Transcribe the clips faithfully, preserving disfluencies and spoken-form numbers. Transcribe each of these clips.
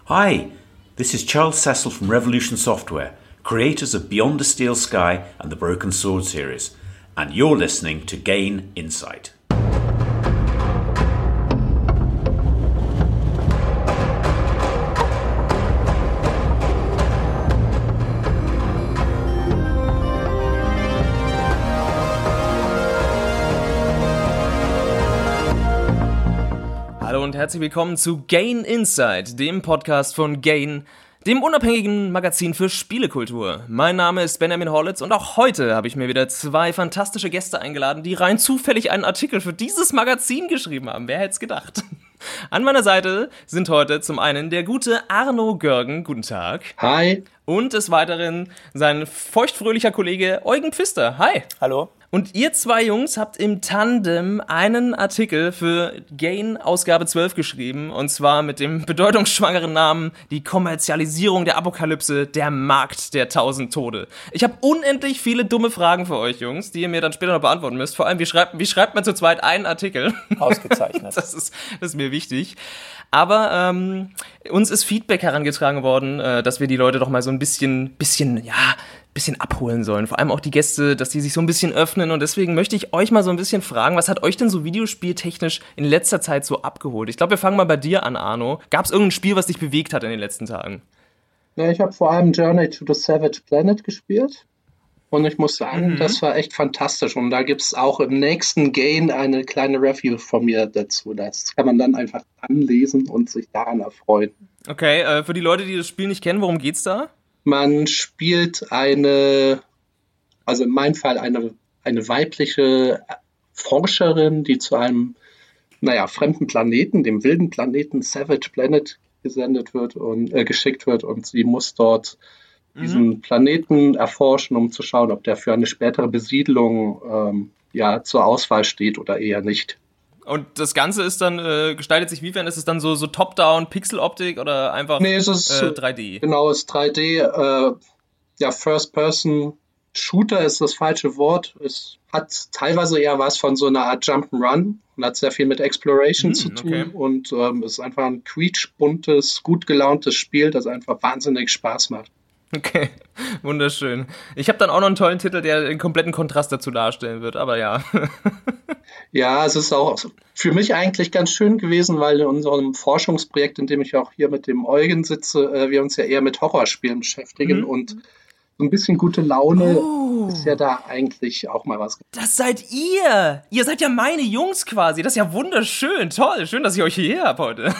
Hi, this is Charles Cecil from Revolution Software, creators of Beyond the Steel Sky and the Broken Sword series, and you're listening to Gain Insight. Hallo und herzlich willkommen zu Gain Insight, dem Podcast von Gain, dem unabhängigen Magazin für Spielekultur. Mein Name ist Benjamin Horlitz und auch heute habe ich mir wieder zwei fantastische Gäste eingeladen, die rein zufällig einen Artikel für dieses Magazin geschrieben haben. Wer hätte es gedacht? An meiner Seite sind heute zum einen der gute Arno Görgen, guten Tag. Hi. Und des Weiteren sein feuchtfröhlicher Kollege Eugen Pfister. Hi. Hallo. Und ihr zwei Jungs habt im Tandem einen Artikel für Gain Ausgabe zwölf geschrieben, und zwar mit dem bedeutungsschwangeren Namen Die Kommerzialisierung der Apokalypse, der Markt der tausend Tode. Ich habe unendlich viele dumme Fragen für euch, Jungs, die ihr mir dann später noch beantworten müsst. Vor allem, wie schreibt, wie schreibt man zu zweit einen Artikel? Ausgezeichnet. Das ist, das ist mir wichtig. Aber ähm, uns ist Feedback herangetragen worden, äh, dass wir die Leute doch mal so ein bisschen, bisschen, ja, bisschen abholen sollen. Vor allem auch die Gäste, dass die sich so ein bisschen öffnen. Und deswegen möchte ich euch mal so ein bisschen fragen, was hat euch denn so videospieltechnisch in letzter Zeit so abgeholt? Ich glaube, wir fangen mal bei dir an, Arno. Gab es irgendein Spiel, was dich bewegt hat in den letzten Tagen? Ja, ich habe vor allem Journey to the Savage Planet gespielt. Und ich muss sagen, Mhm. das war echt fantastisch. Und da gibt es auch im nächsten Gain eine kleine Review von mir dazu. Das kann man dann einfach anlesen und sich daran erfreuen. Okay, äh, für die Leute, die das Spiel nicht kennen, worum geht's da? Man spielt eine, also in meinem Fall eine, eine weibliche Forscherin, die zu einem, naja, fremden Planeten, dem wilden Planeten Savage Planet gesendet wird und äh, geschickt wird, und sie muss dort diesen Planeten erforschen, um zu schauen, ob der für eine spätere Besiedlung ähm, ja, zur Auswahl steht oder eher nicht. Und das Ganze ist dann, äh, gestaltet sich wiefern? Ist es dann so, so Top-Down, Pixel-Optik oder einfach Nee, es ist äh, drei D? Genau, es ist drei D. Äh, ja, First-Person-Shooter ist das falsche Wort. Es hat teilweise eher was von so einer Art Jump'n'Run und hat sehr viel mit Exploration Hm, zu tun. okay. Und ähm, es ist einfach ein quietschbuntes, gut gelauntes Spiel, das einfach wahnsinnig Spaß macht. Okay, wunderschön. Ich habe dann auch noch einen tollen Titel, der den kompletten Kontrast dazu darstellen wird, aber ja. Ja, es ist auch für mich eigentlich ganz schön gewesen, weil in unserem Forschungsprojekt, in dem ich auch hier mit dem Eugen sitze, äh, wir uns ja eher mit Horrorspielen beschäftigen, Mhm. und so ein bisschen gute Laune Oh. ist ja da eigentlich auch mal was. Das seid ihr! Ihr seid ja meine Jungs quasi. Das ist ja wunderschön, toll. Schön, dass ich euch hierher habe heute.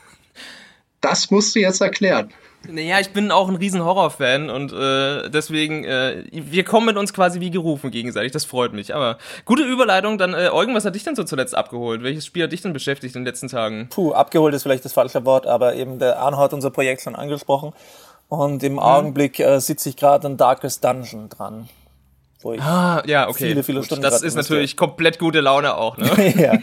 Das musst du jetzt erklären. Naja, ich bin auch ein riesen Horrorfan und äh, deswegen, äh, wir kommen mit uns quasi wie gerufen gegenseitig. Das freut mich. Aber gute Überleitung. Dann, äh, Eugen, was hat dich denn so zuletzt abgeholt? Welches Spiel hat dich denn beschäftigt in den letzten Tagen? Puh, abgeholt ist vielleicht das falsche Wort, aber eben der Arno hat unser Projekt schon angesprochen. Und im Augenblick äh, sitze ich gerade an Darkest Dungeon dran. Wo ich Ah, ja, okay. viele, viele Gut, Stunden das grad ist investiert. natürlich komplett gute Laune auch, ne? ja.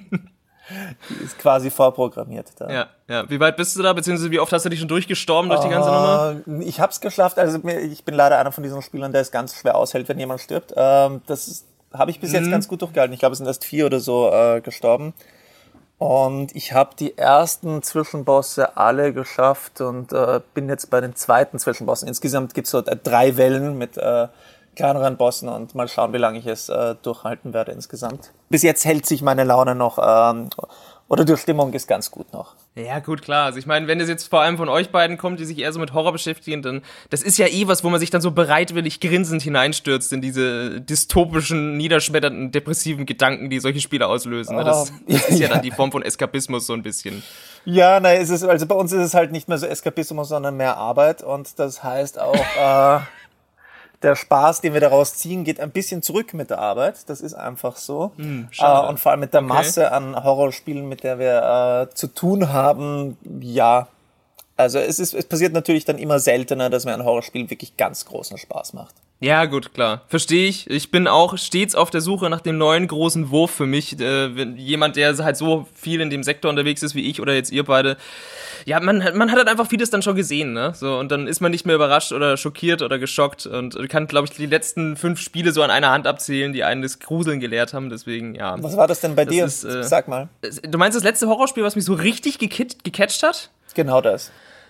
Die ist quasi vorprogrammiert. Da. Ja, ja. Wie weit bist du da? Beziehungsweise wie oft hast du dich schon durchgestorben durch die ganze Nummer? Äh, Ich hab's geschafft, also mir- ich bin leider einer von diesen Spielern, der es ganz schwer aushält, wenn jemand stirbt. Ähm, Das habe ich bis jetzt ganz gut durchgehalten. Ich glaube, es sind erst vier oder so äh, gestorben. Und ich habe die ersten Zwischenbosse alle geschafft und äh, bin jetzt bei den zweiten Zwischenbossen. Insgesamt gibt's so äh, drei Wellen mit äh, kleineren Bossen, und mal schauen, wie lange ich es äh, durchhalten werde insgesamt. Bis jetzt hält sich meine Laune noch, ähm, oder die Stimmung ist ganz gut noch. Ja, gut, klar. Also ich meine, wenn das jetzt vor allem von euch beiden kommt, die sich eher so mit Horror beschäftigen, dann, das ist ja eh was, wo man sich dann so bereitwillig grinsend hineinstürzt in diese dystopischen, niederschmetternden, depressiven Gedanken, die solche Spiele auslösen. Ne? Das, Oh, das ist ja ja. dann die Form von Eskapismus so ein bisschen. Ja, nein, es ist, also bei uns ist es halt nicht mehr so Eskapismus, sondern mehr Arbeit, und das heißt auch, äh, der Spaß, den wir daraus ziehen, geht ein bisschen zurück mit der Arbeit. Das ist einfach so. Hm, schade. äh, und vor allem mit der Okay. Masse an Horrorspielen, mit der wir äh, zu tun haben, ja. Also es ist, es passiert natürlich dann immer seltener, dass mir ein Horrorspiel wirklich ganz großen Spaß macht. Ja, gut, klar. Verstehe ich. Ich bin auch stets auf der Suche nach dem neuen großen Wurf für mich. Äh, wenn jemand, der halt so viel in dem Sektor unterwegs ist wie ich oder jetzt ihr beide. Ja, man, man hat halt einfach vieles dann schon gesehen, ne? So, und dann ist man nicht mehr überrascht oder schockiert oder geschockt und kann, glaube ich, die letzten fünf Spiele so an einer Hand abzählen, die einen das Gruseln gelehrt haben. Deswegen, ja. Was war das denn bei Das dir? ist, äh, Sag mal. Du meinst das letzte Horrorspiel, was mich so richtig gekit- gecatcht hat? Genau das.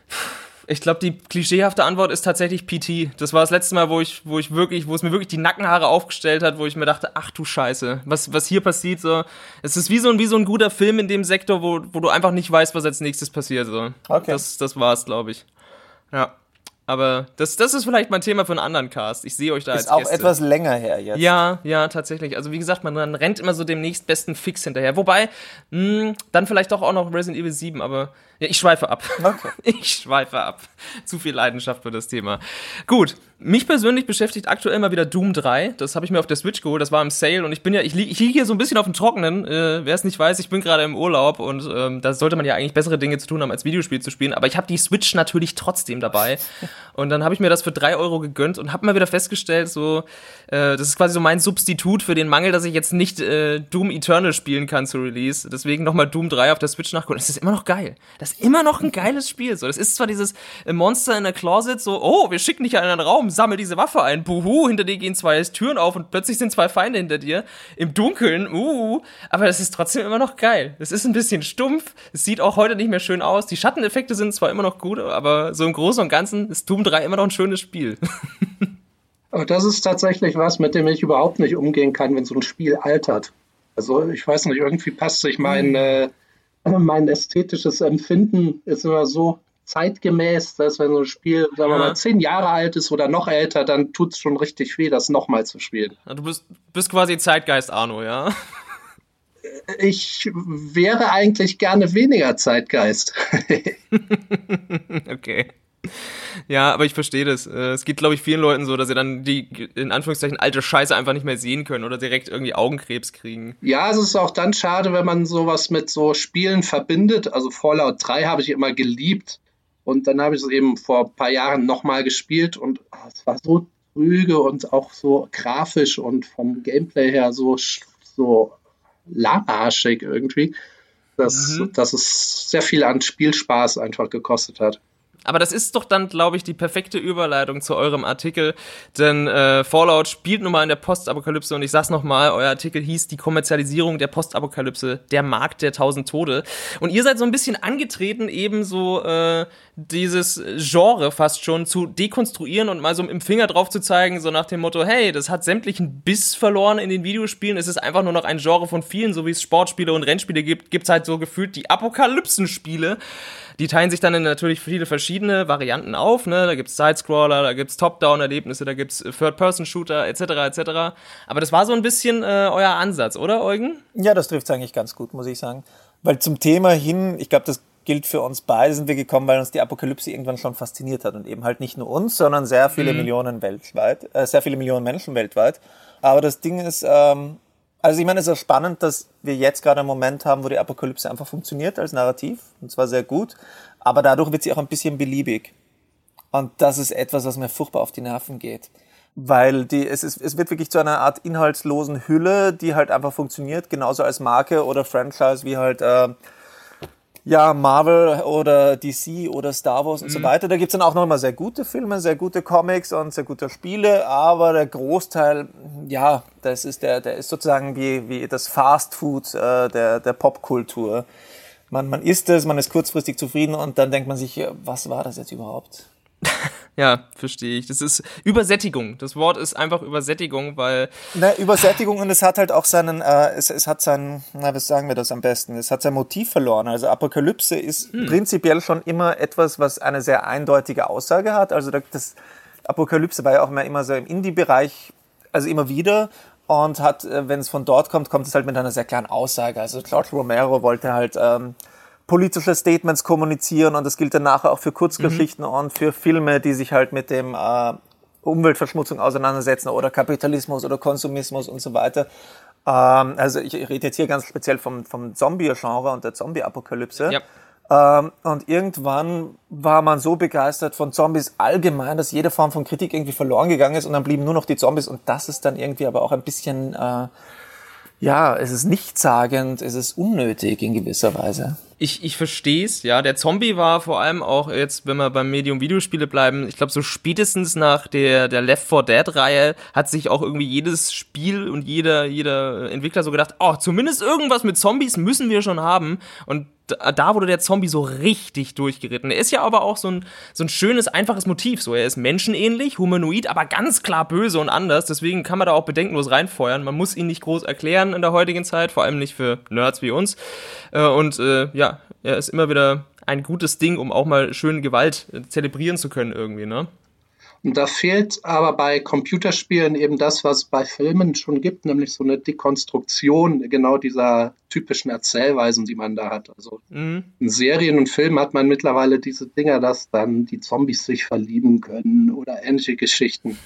Ich glaube, die klischeehafte Antwort ist tatsächlich P T. Das war das letzte Mal, wo ich, wo ich wirklich, wo es mir wirklich die Nackenhaare aufgestellt hat, wo ich mir dachte, ach du Scheiße, was, was hier passiert, so. Es ist wie so ein, wie so ein guter Film in dem Sektor, wo, wo du einfach nicht weißt, was als nächstes passiert, so. Okay. Das, das war's, glaube ich. Ja. Aber das, das ist vielleicht mal ein Thema für einen anderen Cast. Ich sehe euch da als Ist auch Gäste. etwas länger her jetzt. Ja, ja, tatsächlich. Also wie gesagt, man, man rennt immer so dem nächstbesten Fix hinterher. Wobei, mh, dann vielleicht doch auch noch Resident Evil sieben, aber ja, ich schweife ab. Okay. Ich schweife ab. Zu viel Leidenschaft für das Thema. Gut, mich persönlich beschäftigt aktuell mal wieder Doom drei. Das habe ich mir auf der Switch geholt, das war im Sale und ich bin ja, ich liege ich lieg hier so ein bisschen auf dem Trockenen. Äh, Wer es nicht weiß, ich bin gerade im Urlaub und ähm, da sollte man ja eigentlich bessere Dinge zu tun haben, als Videospiel zu spielen. Aber ich habe die Switch natürlich trotzdem dabei. Und dann habe ich mir das für drei Euro gegönnt und habe mal wieder festgestellt, so, äh, das ist quasi so mein Substitut für den Mangel, dass ich jetzt nicht äh, Doom Eternal spielen kann zu Release. Deswegen nochmal Doom drei auf der Switch nachgucken. Das ist immer noch geil. Das ist immer noch ein geiles Spiel. So, das ist zwar dieses äh, Monster in der Closet, so, oh, wir schicken dich in einen Raum, sammel diese Waffe ein, buhu, hinter dir gehen zwei Türen auf und plötzlich sind zwei Feinde hinter dir, im Dunkeln, uh, aber das ist trotzdem immer noch geil. Es ist ein bisschen stumpf, es sieht auch heute nicht mehr schön aus, die Schatteneffekte sind zwar immer noch gut, aber so im Großen und Ganzen ist Doom drei immer noch ein schönes Spiel. Aber das ist tatsächlich was, mit dem ich überhaupt nicht umgehen kann, wenn so ein Spiel altert. Also ich weiß nicht, irgendwie passt sich mein, äh, mein ästhetisches Empfinden ist immer so zeitgemäß, dass wenn so ein Spiel, sagen wir Ja. mal, zehn Jahre alt ist oder noch älter, dann tut es schon richtig weh, das nochmal zu spielen. Du bist, bist quasi Zeitgeist Arno, ja? Ich wäre eigentlich gerne weniger Zeitgeist. Okay. Ja, aber ich verstehe das. Äh, Es geht, glaube ich, vielen Leuten so, dass sie dann die, in Anführungszeichen, alte Scheiße einfach nicht mehr sehen können oder direkt irgendwie Augenkrebs kriegen. Ja, es ist auch dann schade, wenn man sowas mit so Spielen verbindet. Also Fallout drei habe ich immer geliebt. Und dann habe ich es eben vor ein paar Jahren nochmal gespielt und ah, es war so trüge und auch so grafisch und vom Gameplay her so, sch- so lahmarschig irgendwie, dass, Mhm. dass es sehr viel an Spielspaß einfach gekostet hat. Aber das ist doch dann, glaube ich, die perfekte Überleitung zu eurem Artikel, denn äh, Fallout spielt nun mal in der Postapokalypse und ich sag's nochmal, euer Artikel hieß die Kommerzialisierung der Postapokalypse, der Markt der tausend Tode und ihr seid so ein bisschen angetreten, eben so äh, dieses Genre fast schon zu dekonstruieren und mal so im Finger drauf zu zeigen, so nach dem Motto, hey, das hat sämtlichen Biss verloren in den Videospielen, es ist einfach nur noch ein Genre von vielen, so wie es Sportspiele und Rennspiele gibt, gibt's halt so gefühlt die Apokalypsenspiele. Die teilen sich dann in natürlich viele verschiedene Varianten auf, ne? Da gibt's Sidescroller, da gibt's Top-Down-Erlebnisse, da gibt's Third-Person-Shooter, et cetera, et cetera. Aber das war so ein bisschen äh, euer Ansatz, oder, Eugen? Ja, das trifft es eigentlich ganz gut, muss ich sagen. Weil zum Thema hin, ich glaube, das gilt für uns beide, sind wir gekommen, weil uns die Apokalypse irgendwann schon fasziniert hat. Und eben halt nicht nur uns, sondern sehr viele Mhm. Millionen weltweit, äh, sehr viele Millionen Menschen weltweit. Aber das Ding ist, ähm, also ich meine, es ist spannend, dass wir jetzt gerade einen Moment haben, wo die Apokalypse einfach funktioniert als Narrativ. Und zwar sehr gut. Aber dadurch wird sie auch ein bisschen beliebig. Und das ist etwas, was mir furchtbar auf die Nerven geht. Weil die, es, ist, es wird wirklich zu einer Art inhaltslosen Hülle, die halt einfach funktioniert, genauso als Marke oder Franchise wie halt äh, ja Marvel oder D C oder Star Wars und so weiter. Da gibt's dann auch noch mal sehr gute Filme, sehr gute Comics und sehr gute Spiele, aber der Großteil, ja, das ist der, der ist sozusagen wie, wie das Fast Food äh, der, der Popkultur. Man, man isst es, man ist kurzfristig zufrieden und dann denkt man sich, was war das jetzt überhaupt? Ja, verstehe ich. Das ist Übersättigung. Das Wort ist einfach Übersättigung, weil Ne, Übersättigung und es hat halt auch seinen, äh, es, es hat sein, na, was sagen wir das am besten? Es hat sein Motiv verloren. Also Apokalypse ist hm. prinzipiell schon immer etwas, was eine sehr eindeutige Aussage hat. Also das Apokalypse war ja auch immer, immer so im Indie-Bereich, also immer wieder und hat, wenn es von dort kommt, kommt es halt mit einer sehr klaren Aussage. Also George Romero wollte halt ähm, politische Statements kommunizieren und das gilt dann nachher auch für Kurzgeschichten mhm. und für Filme, die sich halt mit dem äh, Umweltverschmutzung auseinandersetzen oder Kapitalismus oder Konsumismus und so weiter. Ähm, also ich, ich rede jetzt hier ganz speziell vom, vom Zombie-Genre und der Zombie-Apokalypse. Ja. Ähm, und irgendwann war man so begeistert von Zombies allgemein, dass jede Form von Kritik irgendwie verloren gegangen ist und dann blieben nur noch die Zombies und das ist dann irgendwie aber auch ein bisschen, äh, ja, es ist nichtssagend, es ist unnötig in gewisser Weise. Ich, ich versteh's, ja. Der Zombie war vor allem auch jetzt, wenn wir beim Medium Videospiele bleiben, ich glaube so spätestens nach der der Left four Dead Reihe hat sich auch irgendwie jedes Spiel und jeder jeder Entwickler so gedacht, oh, zumindest irgendwas mit Zombies müssen wir schon haben. Und da, da wurde der Zombie so richtig durchgeritten. Er ist ja aber auch so ein, so ein schönes, einfaches Motiv. So, er ist menschenähnlich, humanoid, aber ganz klar böse und anders. Deswegen kann man da auch bedenkenlos reinfeuern. Man muss ihn nicht groß erklären in der heutigen Zeit, vor allem nicht für Nerds wie uns. Äh, und äh, ja, er ist immer wieder ein gutes Ding, um auch mal schön Gewalt äh, zelebrieren zu können irgendwie, ne? Und da fehlt aber bei Computerspielen eben das, was es bei Filmen schon gibt, nämlich so eine Dekonstruktion genau dieser typischen Erzählweisen, die man da hat. Also Mhm. in Serien und Filmen hat man mittlerweile diese Dinger, dass dann die Zombies sich verlieben können oder ähnliche Geschichten.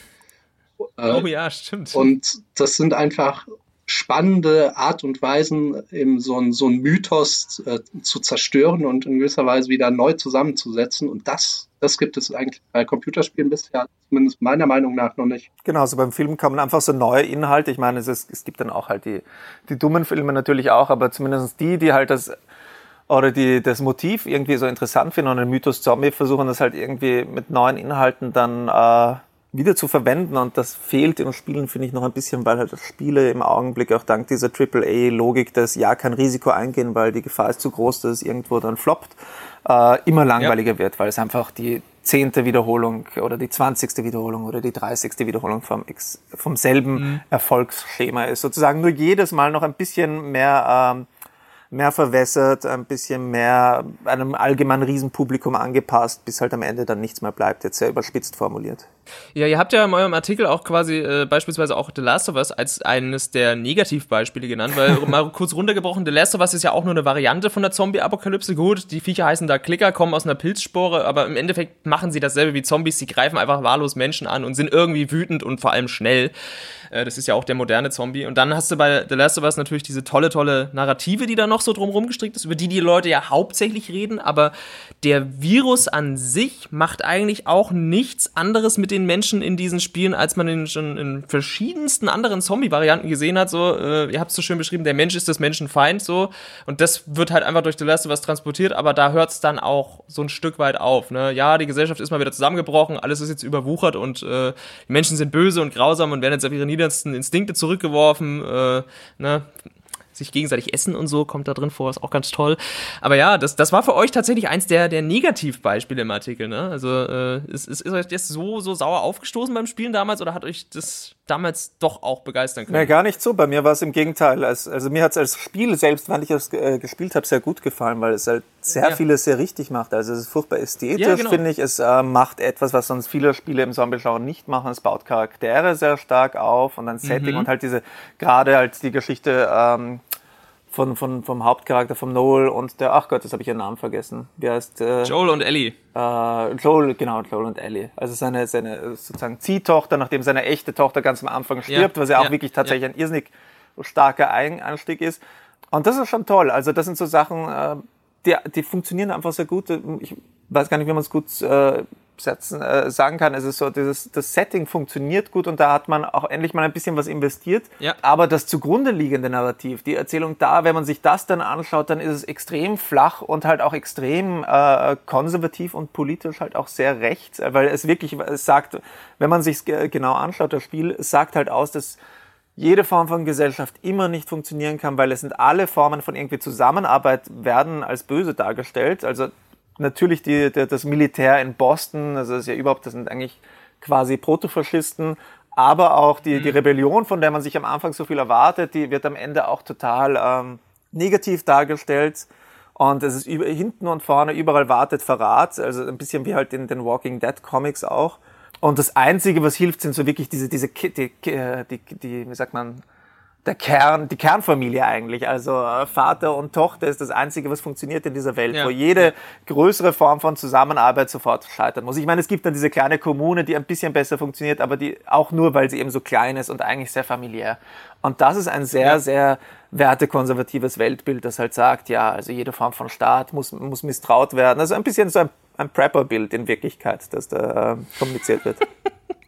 Äh, Oh ja, stimmt. Und das sind einfach spannende Art und Weisen, eben so ein, so ein Mythos äh, zu zerstören und in gewisser Weise wieder neu zusammenzusetzen. Und das, das gibt es eigentlich bei Computerspielen bisher, zumindest meiner Meinung nach, noch nicht. Genau, so beim Film kommen einfach so neue Inhalte. Ich meine, es, ist, es gibt dann auch halt die, die dummen Filme natürlich auch, aber zumindest die, die halt das oder die das Motiv irgendwie so interessant finden und den Mythos Zombie versuchen, das halt irgendwie mit neuen Inhalten dann äh, wieder zu verwenden, und das fehlt in Spielen, finde ich, noch ein bisschen, weil halt Spiele im Augenblick auch dank dieser Triple A Logik, dass ja kein Risiko eingehen, weil die Gefahr ist zu groß, dass es irgendwo dann floppt, äh, immer langweiliger ja. wird, weil es einfach die zehnte Wiederholung oder die zwanzigste Wiederholung oder die dreißigste Wiederholung vom, Ex- vom selben mhm. Erfolgsschema ist. Sozusagen nur jedes Mal noch ein bisschen mehr ähm, mehr verwässert, ein bisschen mehr einem allgemeinen Riesenpublikum angepasst, bis halt am Ende dann nichts mehr bleibt, jetzt sehr überspitzt formuliert. Ja, ihr habt ja in eurem Artikel auch quasi äh, beispielsweise auch The Last of Us als eines der Negativbeispiele genannt, weil mal kurz runtergebrochen, The Last of Us ist ja auch nur eine Variante von der Zombie-Apokalypse. Gut, die Viecher heißen da Klicker, kommen aus einer Pilzspore, aber im Endeffekt machen sie dasselbe wie Zombies, sie greifen einfach wahllos Menschen an und sind irgendwie wütend und vor allem schnell. Äh, das ist ja auch der moderne Zombie. Und dann hast du bei The Last of Us natürlich diese tolle, tolle Narrative, die da noch so drumherum gestrickt ist, über die die Leute ja hauptsächlich reden, aber der Virus an sich macht eigentlich auch nichts anderes mit den Menschen in diesen Spielen, als man ihn schon in verschiedensten anderen Zombie-Varianten gesehen hat. So, äh, ihr habt es so schön beschrieben, der Mensch ist des Menschen Feind, so, und das wird halt einfach durch The Last of Us transportiert, aber da hört es dann auch so ein Stück weit auf. Ne? Ja, die Gesellschaft ist mal wieder zusammengebrochen, alles ist jetzt überwuchert und äh, die Menschen sind böse und grausam und werden jetzt auf ihre niedersten Instinkte zurückgeworfen, äh, ne? sich gegenseitig essen und so, kommt da drin vor, ist auch ganz toll. Aber ja, das, das war für euch tatsächlich eins der, der Negativbeispiele im Artikel, ne? Also, äh, ist, ist, ist euch das so, so sauer aufgestoßen beim Spielen damals oder hat euch das damals doch auch begeistern können? Nee, gar nicht so. Bei mir war es im Gegenteil. Also, also mir hat es als Spiel selbst, wenn ich es äh, gespielt habe, sehr gut gefallen, weil es halt sehr ja. vieles sehr richtig macht. Also es ist furchtbar ästhetisch, ja, genau. finde ich. Es äh, macht etwas, was sonst viele Spiele im Zombie-Genre nicht machen. Es baut Charaktere sehr stark auf und ein Setting mhm. und halt diese, gerade halt die Geschichte ähm, Von, von, vom Hauptcharakter, vom Noel und der, ach Gott, das habe ich ihren Namen vergessen. Wie heißt, äh, Joel und Ellie. Äh, Joel, genau, Joel und Ellie. Also seine, seine sozusagen Ziehtochter, nachdem seine echte Tochter ganz am Anfang stirbt, ja, was ja auch ja, wirklich tatsächlich ja. ein irrsinnig starker Einstieg ist. Und das ist schon toll. Also das sind so Sachen, äh, die, die funktionieren einfach sehr gut. Ich weiß gar nicht, wie man es gut äh, setzen, äh, sagen kann. Es ist so, dieses, das Setting funktioniert gut und da hat man auch endlich mal ein bisschen was investiert. Ja. Aber das zugrunde liegende Narrativ, die Erzählung da, wenn man sich das dann anschaut, dann ist es extrem flach und halt auch extrem äh, konservativ und politisch halt auch sehr rechts, weil es wirklich, es sagt, wenn man sich genau anschaut, das Spiel, es sagt halt aus, dass jede Form von Gesellschaft immer nicht funktionieren kann, weil es sind alle Formen von irgendwie Zusammenarbeit werden als böse dargestellt. Also natürlich die, die, das Militär in Boston, also das ist ja überhaupt, das sind eigentlich quasi Protofaschisten, aber auch die, mhm. die Rebellion, von der man sich am Anfang so viel erwartet, die wird am Ende auch total ähm, negativ dargestellt. Und es ist über, hinten und vorne, überall wartet Verrat, also ein bisschen wie halt in den Walking Dead Comics auch. Und das Einzige, was hilft, sind so wirklich diese, diese, die, die, die, die wie sagt man, der Kern, die Kernfamilie eigentlich. Also Vater und Tochter ist das Einzige, was funktioniert in dieser Welt, ja. wo jede größere Form von Zusammenarbeit sofort scheitern muss. Ich meine, es gibt dann diese kleine Kommune, die ein bisschen besser funktioniert, aber die auch nur, weil sie eben so klein ist und eigentlich sehr familiär. Und das ist ein sehr, ja. sehr wertekonservatives Weltbild, das halt sagt, ja, also jede Form von Staat muss, muss misstraut werden. Also ein bisschen so ein, ein Prepper-Bild in Wirklichkeit, das da äh, kommuniziert wird.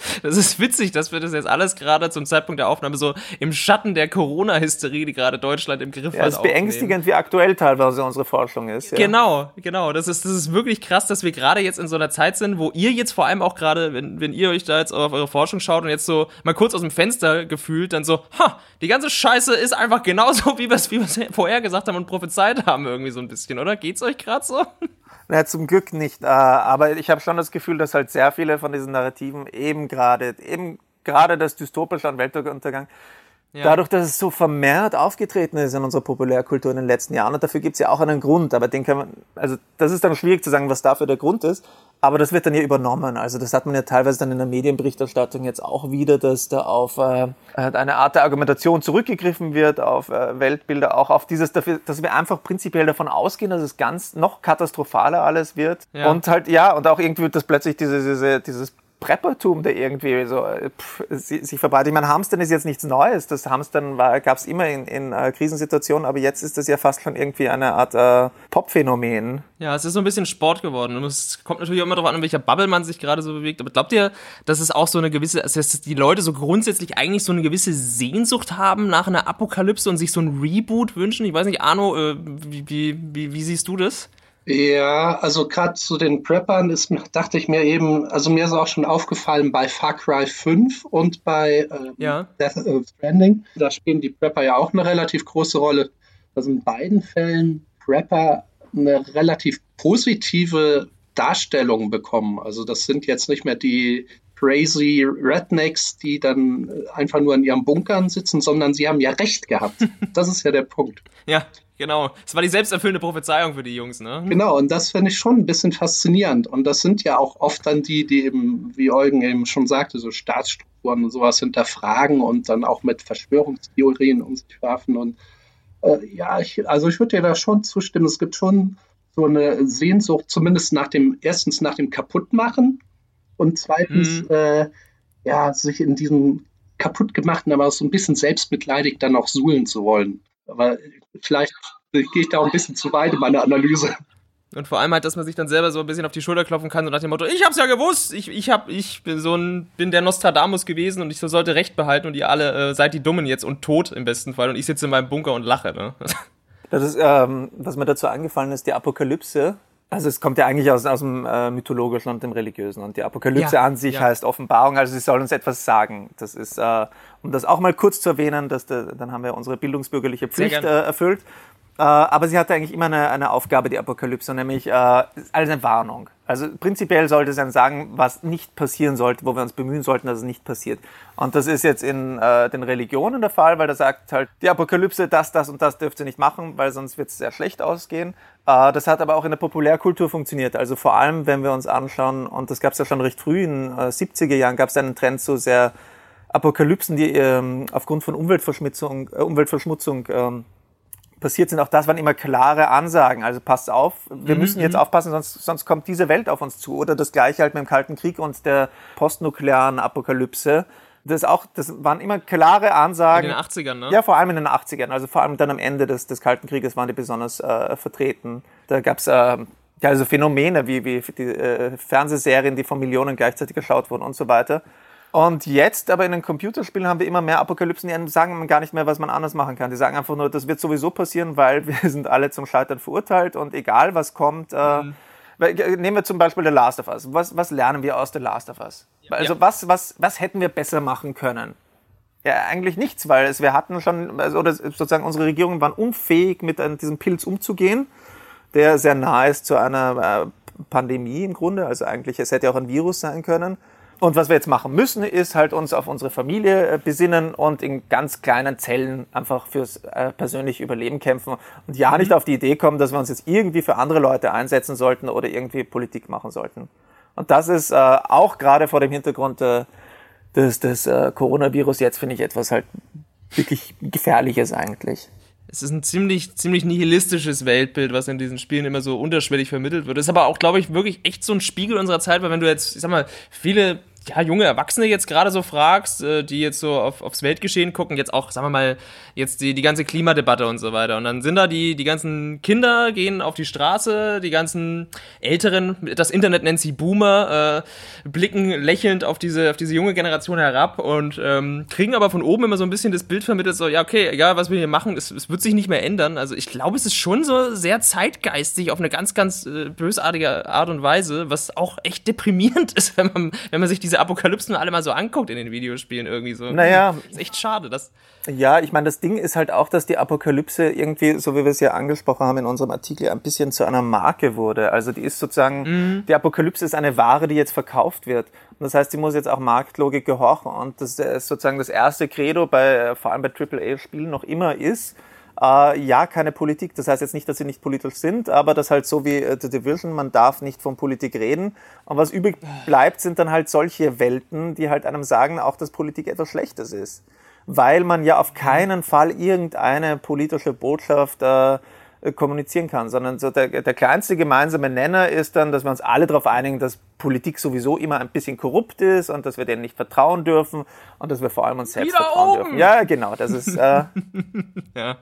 Das ist witzig, dass wir das jetzt alles gerade zum Zeitpunkt der Aufnahme so im Schatten der Corona-Hysterie, die gerade Deutschland im Griff ja, hat, es ist beängstigend, wie aktuell teilweise unsere Forschung ist. Ja. Genau, genau. Das ist, das ist wirklich krass, dass wir gerade jetzt in so einer Zeit sind, wo ihr jetzt vor allem auch gerade, wenn, wenn ihr euch da jetzt auf eure Forschung schaut und jetzt so mal kurz aus dem Fenster gefühlt, dann so, ha, die ganze Scheiße ist einfach genauso, wie wir es wie wir's vorher gesagt haben und prophezeit haben irgendwie so ein bisschen, oder? Geht's euch gerade so? Na, zum Glück nicht, äh, aber ich habe schon das Gefühl, dass halt sehr viele von diesen Narrativen eben gerade, eben gerade das Dystopische an Weltuntergang, ja. dadurch, dass es so vermehrt aufgetreten ist in unserer Populärkultur in den letzten Jahren, und dafür gibt es ja auch einen Grund, aber den kann man, also das ist dann schwierig zu sagen, was dafür der Grund ist, aber das wird dann ja übernommen, also das hat man ja teilweise dann in der Medienberichterstattung jetzt auch wieder, dass da auf äh, eine Art der Argumentation zurückgegriffen wird, auf äh, Weltbilder, auch auf dieses, dafür, dass wir einfach prinzipiell davon ausgehen, dass es ganz noch katastrophaler alles wird ja. und halt, ja, und auch irgendwie wird das plötzlich diese, diese, dieses Preppertum, der irgendwie so pff, sich verbreitet. Ich meine, Hamstern ist jetzt nichts Neues. Das Hamstern gab es immer in, in äh, Krisensituationen, aber jetzt ist das ja fast schon irgendwie eine Art äh, Pop-Phänomen. Ja, es ist so ein bisschen Sport geworden. Und es kommt natürlich auch immer darauf an, in welcher Bubble man sich gerade so bewegt. Aber glaubt ihr, dass es auch so eine gewisse, also dass die Leute so grundsätzlich eigentlich so eine gewisse Sehnsucht haben nach einer Apokalypse und sich so ein Reboot wünschen? Ich weiß nicht, Arno, äh, wie, wie, wie, wie siehst du das? Ja, also gerade zu den Preppern ist, dachte ich mir eben, also mir ist auch schon aufgefallen bei Far Cry fünf und bei ähm, ja. Death Stranding, da spielen die Prepper ja auch eine relativ große Rolle. Also in beiden Fällen Prepper eine relativ positive Darstellung bekommen. Also das sind jetzt nicht mehr die crazy Rednecks, die dann einfach nur in ihren Bunkern sitzen, sondern sie haben ja recht gehabt. Das ist ja der Punkt. Ja, genau. Es war die selbsterfüllende Prophezeiung für die Jungs, ne? Genau, und das finde ich schon ein bisschen faszinierend. Und das sind ja auch oft dann die, die eben, wie Eugen eben schon sagte, so Staatsstrukturen und sowas hinterfragen und dann auch mit Verschwörungstheorien um sich werfen. Und äh, ja, ich, also ich würde dir da schon zustimmen. Es gibt schon so eine Sehnsucht, zumindest nach dem, erstens nach dem Kaputtmachen und zweitens, mhm. äh, ja, sich in diesem kaputtgemachten, aber so ein bisschen selbstmitleidig dann auch suhlen zu wollen. Aber vielleicht gehe ich da auch ein bisschen zu weit in meiner Analyse. Und vor allem halt, dass man sich dann selber so ein bisschen auf die Schulter klopfen kann, so nach dem Motto, ich hab's ja gewusst, ich, ich, hab, ich bin so ein, bin der Nostradamus gewesen und ich so sollte Recht behalten und ihr alle äh, seid die Dummen jetzt und tot im besten Fall und ich sitze in meinem Bunker und lache, ne? Das ist, ähm, was mir dazu eingefallen ist, die Apokalypse. Also es kommt ja eigentlich aus, aus dem äh, Mythologischen und dem Religiösen. Und die Apokalypse ja, an sich ja. heißt Offenbarung, also sie soll uns etwas sagen. Das ist, äh, um das auch mal kurz zu erwähnen, dass de, dann haben wir unsere bildungsbürgerliche Pflicht äh, erfüllt. Äh, aber sie hatte eigentlich immer eine, eine Aufgabe, die Apokalypse, nämlich äh, als eine Warnung. Also prinzipiell sollte es dann sagen, was nicht passieren sollte, wo wir uns bemühen sollten, dass es nicht passiert. Und das ist jetzt in äh, den Religionen der Fall, weil da sagt halt die Apokalypse, das, das und das dürft ihr nicht machen, weil sonst wird es sehr schlecht ausgehen. Äh, das hat aber auch in der Populärkultur funktioniert. Also vor allem, wenn wir uns anschauen, und das gab es ja schon recht früh, in äh, siebziger Jahren gab es einen Trend zu sehr Apokalypsen, die ähm, aufgrund von Umweltverschmutzung, äh, Umweltverschmutzung ähm, passiert sind. Auch das waren immer klare Ansagen. Also passt auf, wir mhm, müssen jetzt aufpassen, sonst, sonst kommt diese Welt auf uns zu. Oder das Gleiche halt mit dem Kalten Krieg und der postnuklearen Apokalypse. Das auch, das waren immer klare Ansagen. In den achtzigern, ne? Ja, vor allem in den achtzigern. Also vor allem dann am Ende des, des Kalten Krieges waren die besonders äh, vertreten. Da gab's äh, ja also Phänomene wie, wie die äh, Fernsehserien, die von Millionen gleichzeitig geschaut wurden und so weiter. Und jetzt aber in den Computerspielen haben wir immer mehr Apokalypsen, die sagen gar nicht mehr, was man anders machen kann. Die sagen einfach nur, das wird sowieso passieren, weil wir sind alle zum Scheitern verurteilt und egal was kommt. Mhm. Äh, nehmen wir zum Beispiel The Last of Us. Was, was lernen wir aus The Last of Us? Also ja. was, was, was hätten wir besser machen können? Ja, eigentlich nichts, weil es, wir hatten schon, also, oder sozusagen unsere Regierungen waren unfähig, mit diesem Pilz umzugehen, der sehr nah ist zu einer äh, Pandemie im Grunde. Also eigentlich, es hätte auch ein Virus sein können. Und was wir jetzt machen müssen, ist halt uns auf unsere Familie besinnen und in ganz kleinen Zellen einfach fürs äh, persönliche Überleben kämpfen und ja nicht auf die Idee kommen, dass wir uns jetzt irgendwie für andere Leute einsetzen sollten oder irgendwie Politik machen sollten. Und das ist äh, auch gerade vor dem Hintergrund äh, des, des äh, Coronavirus jetzt, finde ich, etwas halt wirklich Gefährliches eigentlich. Es ist ein ziemlich, ziemlich nihilistisches Weltbild, was in diesen Spielen immer so unterschwellig vermittelt wird. Das ist aber auch, glaube ich, wirklich echt so ein Spiegel unserer Zeit, weil wenn du jetzt, ich sag mal, viele ja, junge Erwachsene jetzt gerade so fragst, die jetzt so auf, aufs Weltgeschehen gucken, jetzt auch, sagen wir mal, jetzt die, die ganze Klimadebatte und so weiter. Und dann sind da die, die ganzen Kinder gehen auf die Straße, die ganzen Älteren, das Internet nennt sie Boomer, äh, blicken lächelnd auf diese, auf diese junge Generation herab und ähm, kriegen aber von oben immer so ein bisschen das Bild vermittelt, so, ja, okay, egal, was wir hier machen, es, es wird sich nicht mehr ändern. Also ich glaube, es ist schon so sehr zeitgeistig auf eine ganz, ganz äh, bösartige Art und Weise, was auch echt deprimierend ist, wenn man, wenn man sich diese Apokalypsen alle mal so anguckt in den Videospielen irgendwie so. Naja. Ist echt schade, dass... Ja, ich meine, das Ding ist halt auch, dass die Apokalypse irgendwie, so wie wir es ja angesprochen haben in unserem Artikel, ein bisschen zu einer Marke wurde. Also die ist sozusagen, mhm. die Apokalypse ist eine Ware, die jetzt verkauft wird. Und das heißt, die muss jetzt auch Marktlogik gehorchen. Und das ist sozusagen das erste Credo, bei vor allem bei Triple A Spielen noch immer ist, Uh, ja, keine Politik. Das heißt jetzt nicht, dass sie nicht politisch sind, aber das halt so wie uh, The Division, man darf nicht von Politik reden. Und was übrig bleibt, sind dann halt solche Welten, die halt einem sagen, auch dass Politik etwas Schlechtes ist. Weil man ja auf keinen Fall irgendeine politische Botschaft uh, kommunizieren kann, sondern so der, der kleinste gemeinsame Nenner ist dann, dass wir uns alle darauf einigen, dass Politik sowieso immer ein bisschen korrupt ist und dass wir denen nicht vertrauen dürfen und dass wir vor allem uns selbst Wieder vertrauen oben. dürfen. Ja, genau, das ist... Uh, ja.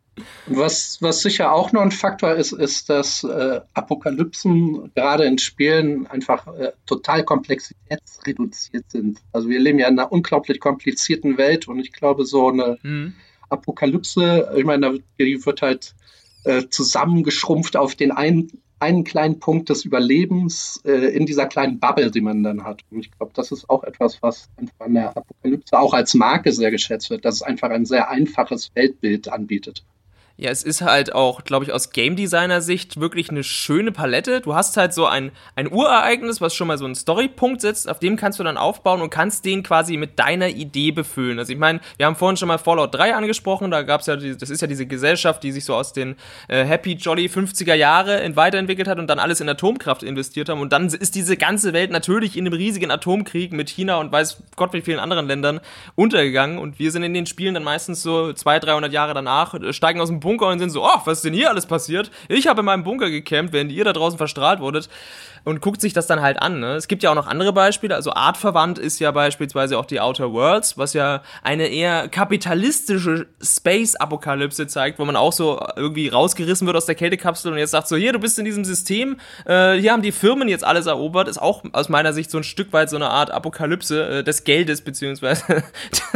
Was, was sicher auch noch ein Faktor ist, ist, dass äh, Apokalypsen gerade in Spielen einfach äh, total komplexitätsreduziert sind. Also wir leben ja in einer unglaublich komplizierten Welt und ich glaube, so eine mhm. Apokalypse, ich meine, die wird halt äh, zusammengeschrumpft auf den einen, einen kleinen Punkt des Überlebens äh, in dieser kleinen Bubble, die man dann hat. Und ich glaube, das ist auch etwas, was einfach an der Apokalypse auch als Marke sehr geschätzt wird, dass es einfach ein sehr einfaches Weltbild anbietet. Ja, es ist halt auch, glaube ich, aus Game-Designer-Sicht wirklich eine schöne Palette. Du hast halt so ein, ein Urereignis, was schon mal so einen Storypunkt setzt, auf dem kannst du dann aufbauen und kannst den quasi mit deiner Idee befüllen. Also ich meine, wir haben vorhin schon mal Fallout drei angesprochen, da gab's ja, die, das ist ja diese Gesellschaft, die sich so aus den äh, Happy Jolly fünfziger Jahre weiterentwickelt hat und dann alles in Atomkraft investiert haben. Und dann ist diese ganze Welt natürlich in einem riesigen Atomkrieg mit China und weiß Gott wie vielen anderen Ländern untergegangen. Und wir sind in den Spielen dann meistens so zweihundert, dreihundert Jahre danach, steigen aus dem Bunker und sind so, oh, was ist denn hier alles passiert? Ich habe in meinem Bunker gecampt, während ihr da draußen verstrahlt wurdet und guckt sich das dann halt an. Ne? Es gibt ja auch noch andere Beispiele, also artverwandt ist ja beispielsweise auch die Outer Worlds, was ja eine eher kapitalistische Space-Apokalypse zeigt, wo man auch so irgendwie rausgerissen wird aus der Kältekapsel und jetzt sagt so, hier, du bist in diesem System, äh, hier haben die Firmen jetzt alles erobert, ist auch aus meiner Sicht so ein Stück weit so eine Art Apokalypse äh, des Geldes, beziehungsweise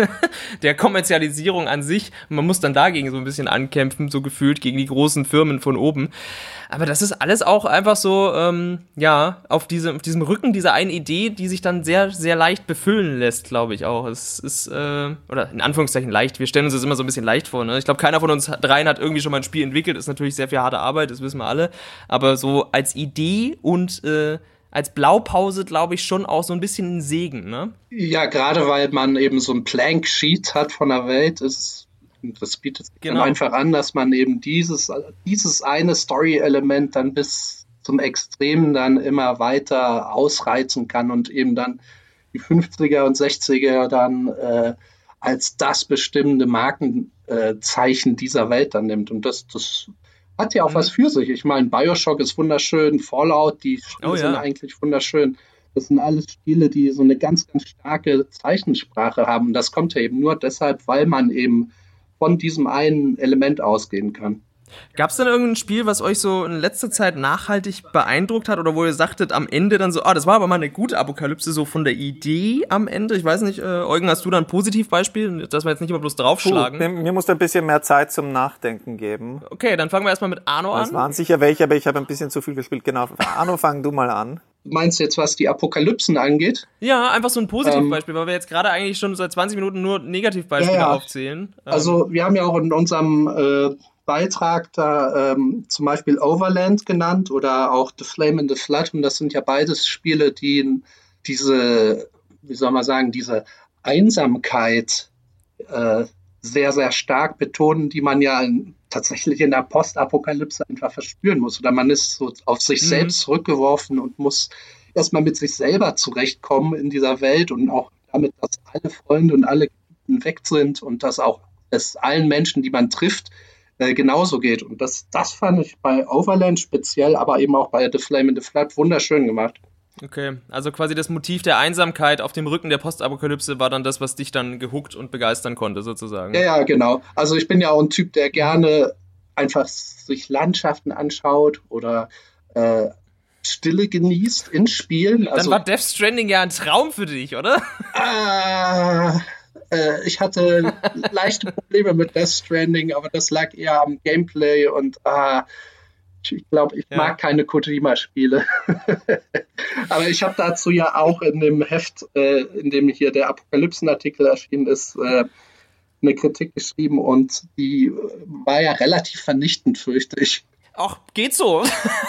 der Kommerzialisierung an sich. Man muss dann dagegen so ein bisschen ankämpfen, so gefühlt gegen die großen Firmen von oben. Aber das ist alles auch einfach so, ähm, ja, auf, diese, auf diesem Rücken dieser einen Idee, die sich dann sehr, sehr leicht befüllen lässt, glaube ich auch. Es ist, äh, oder in Anführungszeichen leicht, wir stellen uns das immer so ein bisschen leicht vor, ne? Ich glaube, keiner von uns dreien hat irgendwie schon mal ein Spiel entwickelt, ist natürlich sehr viel harte Arbeit, das wissen wir alle. Aber so als Idee und äh, als Blaupause, glaube ich, schon auch so ein bisschen ein Segen, ne? Ja, gerade weil man eben so ein Blank Sheet hat von der Welt, ist das bietet sich genau. einfach an, dass man eben dieses, dieses eine Story-Element dann bis zum Extremen dann immer weiter ausreizen kann und eben dann die fünfziger und sechziger dann äh, als das bestimmende Markenzeichen äh, dieser Welt dann nimmt. Und das, das hat ja auch mhm. was für sich. Ich meine, Bioshock ist wunderschön, Fallout, die Spiele oh, ja. sind eigentlich wunderschön. Das sind alles Spiele, die so eine ganz, ganz starke Zeichensprache haben. Und das kommt ja eben nur deshalb, weil man eben von diesem einen Element ausgehen kann. Gab es denn irgendein Spiel, was euch so in letzter Zeit nachhaltig beeindruckt hat oder wo ihr sagtet am Ende dann so, ah, das war aber mal eine gute Apokalypse, so von der Idee am Ende? Ich weiß nicht, äh, Eugen, hast du da ein Positivbeispiel, dass wir jetzt nicht immer bloß draufschlagen? Puh, mir, mir muss da ein bisschen mehr Zeit zum Nachdenken geben. Okay, dann fangen wir erstmal mit Arno an. Das waren sicher welche, aber ich habe ein bisschen zu viel gespielt. Genau, Arno, fang du mal an. Meinst du jetzt, was die Apokalypsen angeht? Ja, einfach so ein Positivbeispiel, ähm, weil wir jetzt gerade eigentlich schon seit zwanzig Minuten nur Negativbeispiele ja, ja. aufzählen. Also wir haben ja auch in unserem äh, Beitrag da ähm, zum Beispiel Overland genannt oder auch The Flame in the Flood, und das sind ja beides Spiele, die diese, wie soll man sagen, diese Einsamkeit äh, sehr, sehr stark betonen, die man ja in, tatsächlich in der Postapokalypse einfach verspüren muss. Oder man ist so auf sich mhm. selbst zurückgeworfen und muss erstmal mit sich selber zurechtkommen in dieser Welt und auch damit, dass alle Freunde und alle weg sind und dass auch es allen Menschen, die man trifft, äh, genauso geht. Und das, das fand ich bei Overland speziell, aber eben auch bei The Flame in the Flood wunderschön gemacht. Okay, also quasi das Motiv der Einsamkeit auf dem Rücken der Postapokalypse war dann das, was dich dann gehuckt und begeistern konnte, sozusagen. Ja, ja, genau. Also ich bin ja auch ein Typ, der gerne einfach sich Landschaften anschaut oder äh, Stille genießt in Spielen. Also, dann war Death Stranding ja ein Traum für dich, oder? Ah, äh, ich hatte leichte Probleme mit Death Stranding, aber das lag eher am Gameplay und ah, ich glaube, ich Ja. mag keine Kojima-Spiele. Aber ich habe dazu ja auch in dem Heft, äh, in dem hier der Apokalypsen-Artikel erschienen ist, äh, eine Kritik geschrieben und die äh, war ja relativ vernichtend, fürchte ich. Ach, geht so.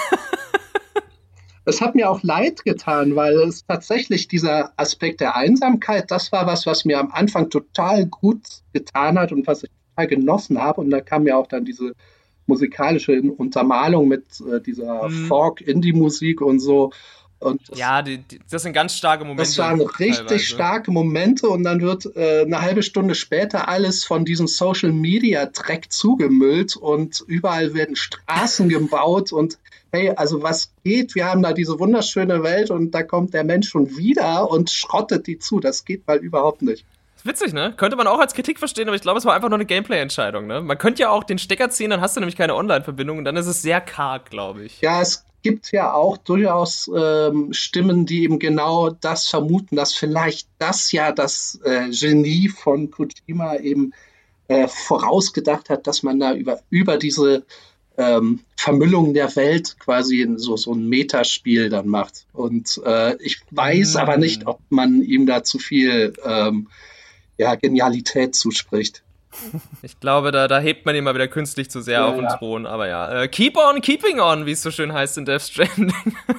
Es hat mir auch leid getan, weil es tatsächlich dieser Aspekt der Einsamkeit, das war was, was mir am Anfang total gut getan hat und was ich total genossen habe. Und da kam ja auch dann diese musikalische Untermalung mit äh, dieser Mhm. Folk-Indie-Musik und so. Und das, Ja, die, die, das sind ganz starke Momente. das waren richtig teilweise. starke Momente und dann wird äh, eine halbe Stunde später alles von diesem Social-Media-Dreck zugemüllt und überall werden Straßen gebaut und hey, also was geht? Wir haben da diese wunderschöne Welt und da kommt der Mensch schon wieder und schrottet die zu. Das geht mal überhaupt nicht. Witzig, ne? Könnte man auch als Kritik verstehen, aber ich glaube, es war einfach nur eine Gameplay-Entscheidung, ne? Man könnte ja auch den Stecker ziehen, dann hast du nämlich keine Online-Verbindung und dann ist es sehr karg, glaube ich. Ja, es gibt ja auch durchaus ähm, Stimmen, die eben genau das vermuten, dass vielleicht das ja das äh, Genie von Kojima eben äh, vorausgedacht hat, dass man da über, über diese ähm, Vermüllung der Welt quasi in so, so ein Metaspiel dann macht. Und äh, ich weiß Mm. aber nicht, ob man ihm da zu viel ähm, ja, Genialität zuspricht. Ich glaube, da, da hebt man ihn mal wieder künstlich zu sehr Ja, auf den ja. Thron, aber ja. Äh, keep on keeping on, wie es so schön heißt in Death Stranding.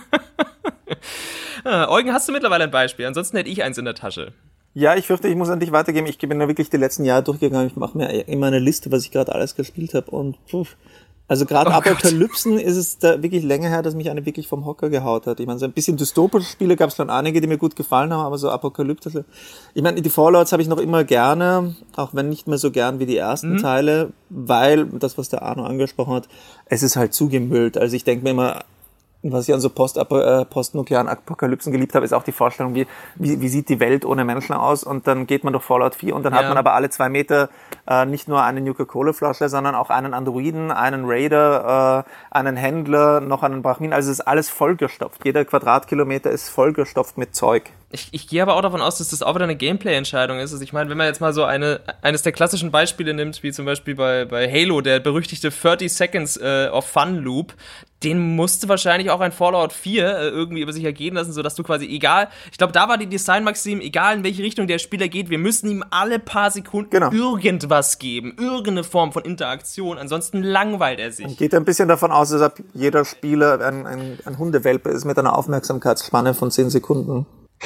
äh, Eugen, hast du mittlerweile ein Beispiel? Ansonsten hätte ich eins in der Tasche. Ja, ich fürchte, ich muss an dich weitergeben. Ich bin ja wirklich die letzten Jahre durchgegangen. Ich mache mir immer eine Liste, was ich gerade alles gespielt habe. Und puh, also gerade Oh Gott. Apokalypsen ist es da wirklich länger her, dass mich eine wirklich vom Hocker gehaut hat. Ich meine, so ein bisschen dystopische Spiele gab es dann einige, die mir gut gefallen haben, aber so apokalyptische. Ich meine, die Fallouts habe ich noch immer gerne, auch wenn nicht mehr so gern wie die ersten Mhm. Teile, weil, das, was der Arno angesprochen hat, es ist halt zugemüllt. Also ich denke mir immer, was ich an so Post äh, postnuklearen Apokalypsen geliebt habe, ist auch die Vorstellung, wie, wie, wie sieht die Welt ohne Menschen aus? Und dann geht man durch Fallout vier und dann Ja. hat man aber alle zwei Meter äh, nicht nur eine Nuka-Cola-Flasche, sondern auch einen Androiden, einen Raider, äh, einen Händler, noch einen Brachmin. Also es ist alles vollgestopft. Jeder Quadratkilometer ist vollgestopft mit Zeug. Ich, ich gehe aber auch davon aus, dass das auch wieder eine Gameplay-Entscheidung ist. Also ich meine, wenn man jetzt mal so eine eines der klassischen Beispiele nimmt, wie zum Beispiel bei, bei Halo, der berüchtigte thirty Seconds äh, of Fun Loop, den musste wahrscheinlich auch ein Fallout vier äh, irgendwie über sich ergehen lassen, sodass du quasi egal, ich glaube, da war die Design-Maxim, egal in welche Richtung der Spieler geht, wir müssen ihm alle paar Sekunden Genau. irgendwas geben, irgendeine Form von Interaktion, ansonsten langweilt er sich. Geht ein bisschen davon aus, dass ab jeder Spieler ein, ein, ein Hundewelpe ist mit einer Aufmerksamkeitsspanne von zehn Sekunden.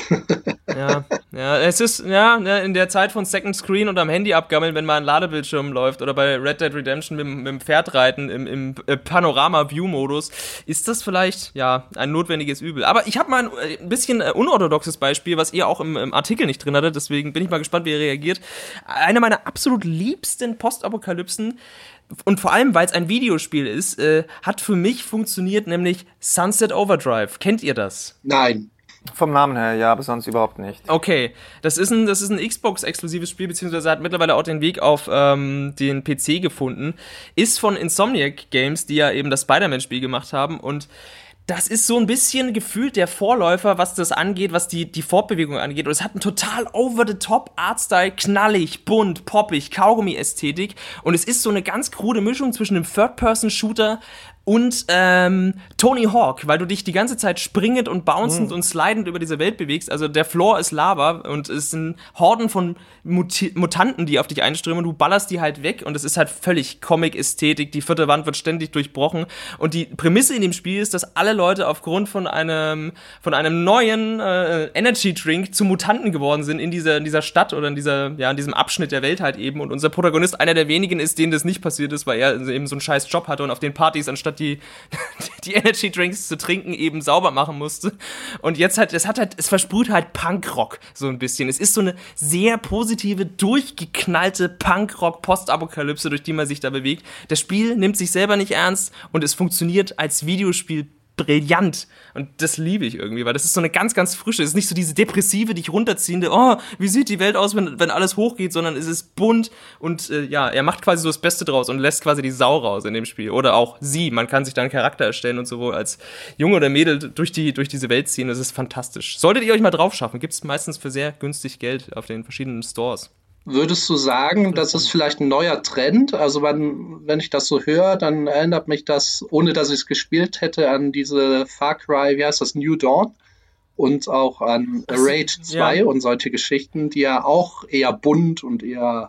Ja, ja, es ist, ja, ne, in der Zeit von Second Screen und am Handy abgammeln, wenn mal ein Ladebildschirm läuft oder bei Red Dead Redemption mit, mit dem Pferd reiten im, im äh, Panorama-View-Modus, ist das vielleicht, ja, ein notwendiges Übel. Aber ich habe mal ein, äh, ein bisschen äh, unorthodoxes Beispiel, was ihr auch im, im Artikel nicht drin hattet, deswegen bin ich mal gespannt, wie ihr reagiert. Einer meiner absolut liebsten Postapokalypsen, und vor allem, weil es ein Videospiel ist, äh, hat für mich funktioniert, nämlich Sunset Overdrive. Kennt ihr das? Nein. Vom Namen her, ja, aber sonst überhaupt nicht. Okay, das ist ein, das ist ein Xbox-exklusives Spiel, beziehungsweise hat mittlerweile auch den Weg auf ähm, den P C gefunden. Ist von Insomniac Games, die ja eben das Spider-Man-Spiel gemacht haben. Und das ist so ein bisschen gefühlt der Vorläufer, was das angeht, was die, die Fortbewegung angeht. Und es hat einen total over-the-top Artstyle, knallig, bunt, poppig, Kaugummi-Ästhetik. Und es ist so eine ganz krude Mischung zwischen einem Third-Person-Shooter und ähm, Tony Hawk, weil du dich die ganze Zeit springend und bouncend und slidend über diese Welt bewegst. Also der Floor ist Lava und es sind Horden von Muti- Mutanten, die auf dich einströmen. Du ballerst die halt weg und es ist halt völlig Comic-Ästhetik. Die vierte Wand wird ständig durchbrochen. Und die Prämisse in dem Spiel ist, dass alle Leute aufgrund von einem von einem neuen äh, Energy-Drink zu Mutanten geworden sind in dieser, in dieser Stadt oder in dieser, ja, in diesem Abschnitt der Welt halt eben. Und unser Protagonist einer der wenigen ist, denen das nicht passiert ist, weil er eben so einen scheiß Job hatte und auf den Partys anstatt die, die Energy Drinks zu trinken eben sauber machen musste. Und jetzt hat, es hat halt, es versprüht halt Punkrock so ein bisschen. Es ist so eine sehr positive, durchgeknallte Punkrock-Postapokalypse, durch die man sich da bewegt. Das Spiel nimmt sich selber nicht ernst und es funktioniert als Videospiel brillant. Und das liebe ich irgendwie, weil das ist so eine ganz, ganz frische, es ist nicht so diese depressive, dich runterziehende, oh, wie sieht die Welt aus, wenn, wenn alles hochgeht, sondern es ist bunt und äh, ja, er macht quasi so das Beste draus und lässt quasi die Sau raus in dem Spiel. Oder auch sie, man kann sich da einen Charakter erstellen und sowohl als Junge oder Mädel durch die durch diese Welt ziehen, das ist fantastisch. Solltet ihr euch mal drauf schaffen, gibt es meistens für sehr günstig Geld auf den verschiedenen Stores. Würdest du sagen, das ist vielleicht ein neuer Trend? Also wenn, wenn ich das so höre, dann erinnert mich das, ohne dass ich es gespielt hätte, an diese Far Cry, wie heißt das, New Dawn und auch an Rage zwei ja. und solche Geschichten, die ja auch eher bunt und eher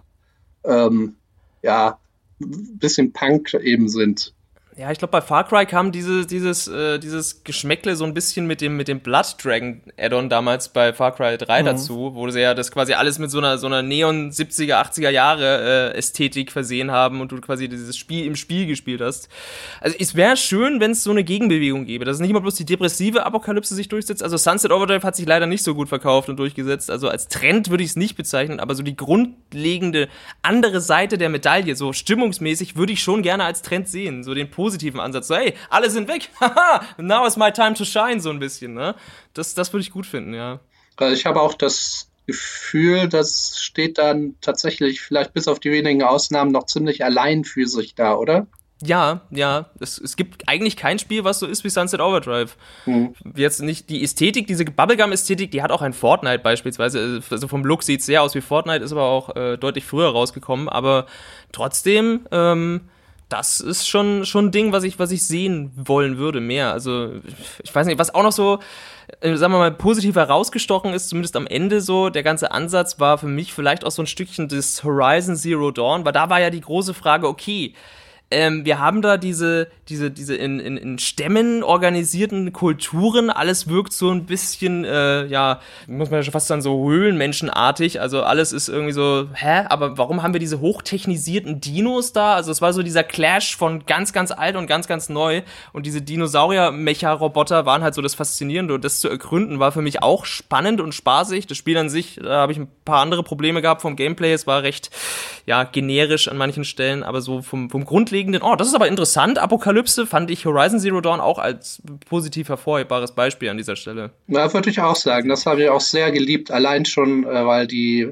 ähm, ja, ein bisschen Punk eben sind. Ja, ich glaube, bei Far Cry kam diese, dieses, äh, dieses Geschmäckle so ein bisschen mit dem, mit dem Blood Dragon Add-on damals bei Far Cry drei mhm. dazu, wo sie ja das quasi alles mit so einer, so einer Neon siebziger, achtziger Jahre äh, Ästhetik versehen haben und du quasi dieses Spiel im Spiel gespielt hast. Also es wäre schön, wenn es so eine Gegenbewegung gäbe, dass nicht immer bloß die depressive Apokalypse sich durchsetzt. Also Sunset Overdrive hat sich leider nicht so gut verkauft und durchgesetzt. Also als Trend würde ich es nicht bezeichnen, aber so die grundlegende andere Seite der Medaille, so stimmungsmäßig, würde ich schon gerne als Trend sehen. So den positiven Ansatz, so hey, alle sind weg, haha, now is my time to shine, so ein bisschen, ne? Das, das würde ich gut finden, ja. Also ich habe auch das Gefühl, das steht dann tatsächlich vielleicht bis auf die wenigen Ausnahmen noch ziemlich allein für sich da, oder? Ja, ja, es, es gibt eigentlich kein Spiel, was so ist wie Sunset Overdrive. Mhm. Jetzt nicht die Ästhetik, diese Bubblegum-Ästhetik, die hat auch ein Fortnite beispielsweise, also vom Look sieht es sehr aus wie Fortnite, ist aber auch äh, deutlich früher rausgekommen, aber trotzdem, ähm, das ist schon schon ein Ding, was ich was ich sehen wollen würde, mehr. Also ich weiß nicht, was auch noch so, äh, sagen wir mal, positiv herausgestochen ist, zumindest am Ende so, der ganze Ansatz war für mich vielleicht auch so ein Stückchen des Horizon Zero Dawn, weil da war ja die große Frage, okay, Ähm, wir haben da diese, diese, diese in, in, in Stämmen organisierten Kulturen, alles wirkt so ein bisschen, äh, ja, muss man ja schon fast sagen, so höhlenmenschenartig, also alles ist irgendwie so, hä, aber warum haben wir diese hochtechnisierten Dinos da? Also es war so dieser Clash von ganz, ganz alt und ganz, ganz neu und diese Dinosaurier-Mecha-Roboter waren halt so das Faszinierende und das zu ergründen war für mich auch spannend und spaßig. Das Spiel an sich, da habe ich ein paar andere Probleme gehabt vom Gameplay, es war recht, ja, generisch an manchen Stellen, aber so vom, vom grundlegenden, oh, das ist aber interessant, Apokalypse fand ich Horizon Zero Dawn auch als positiv hervorhebbares Beispiel an dieser Stelle. Ja, würde ich auch sagen, das habe ich auch sehr geliebt, allein schon, äh, weil die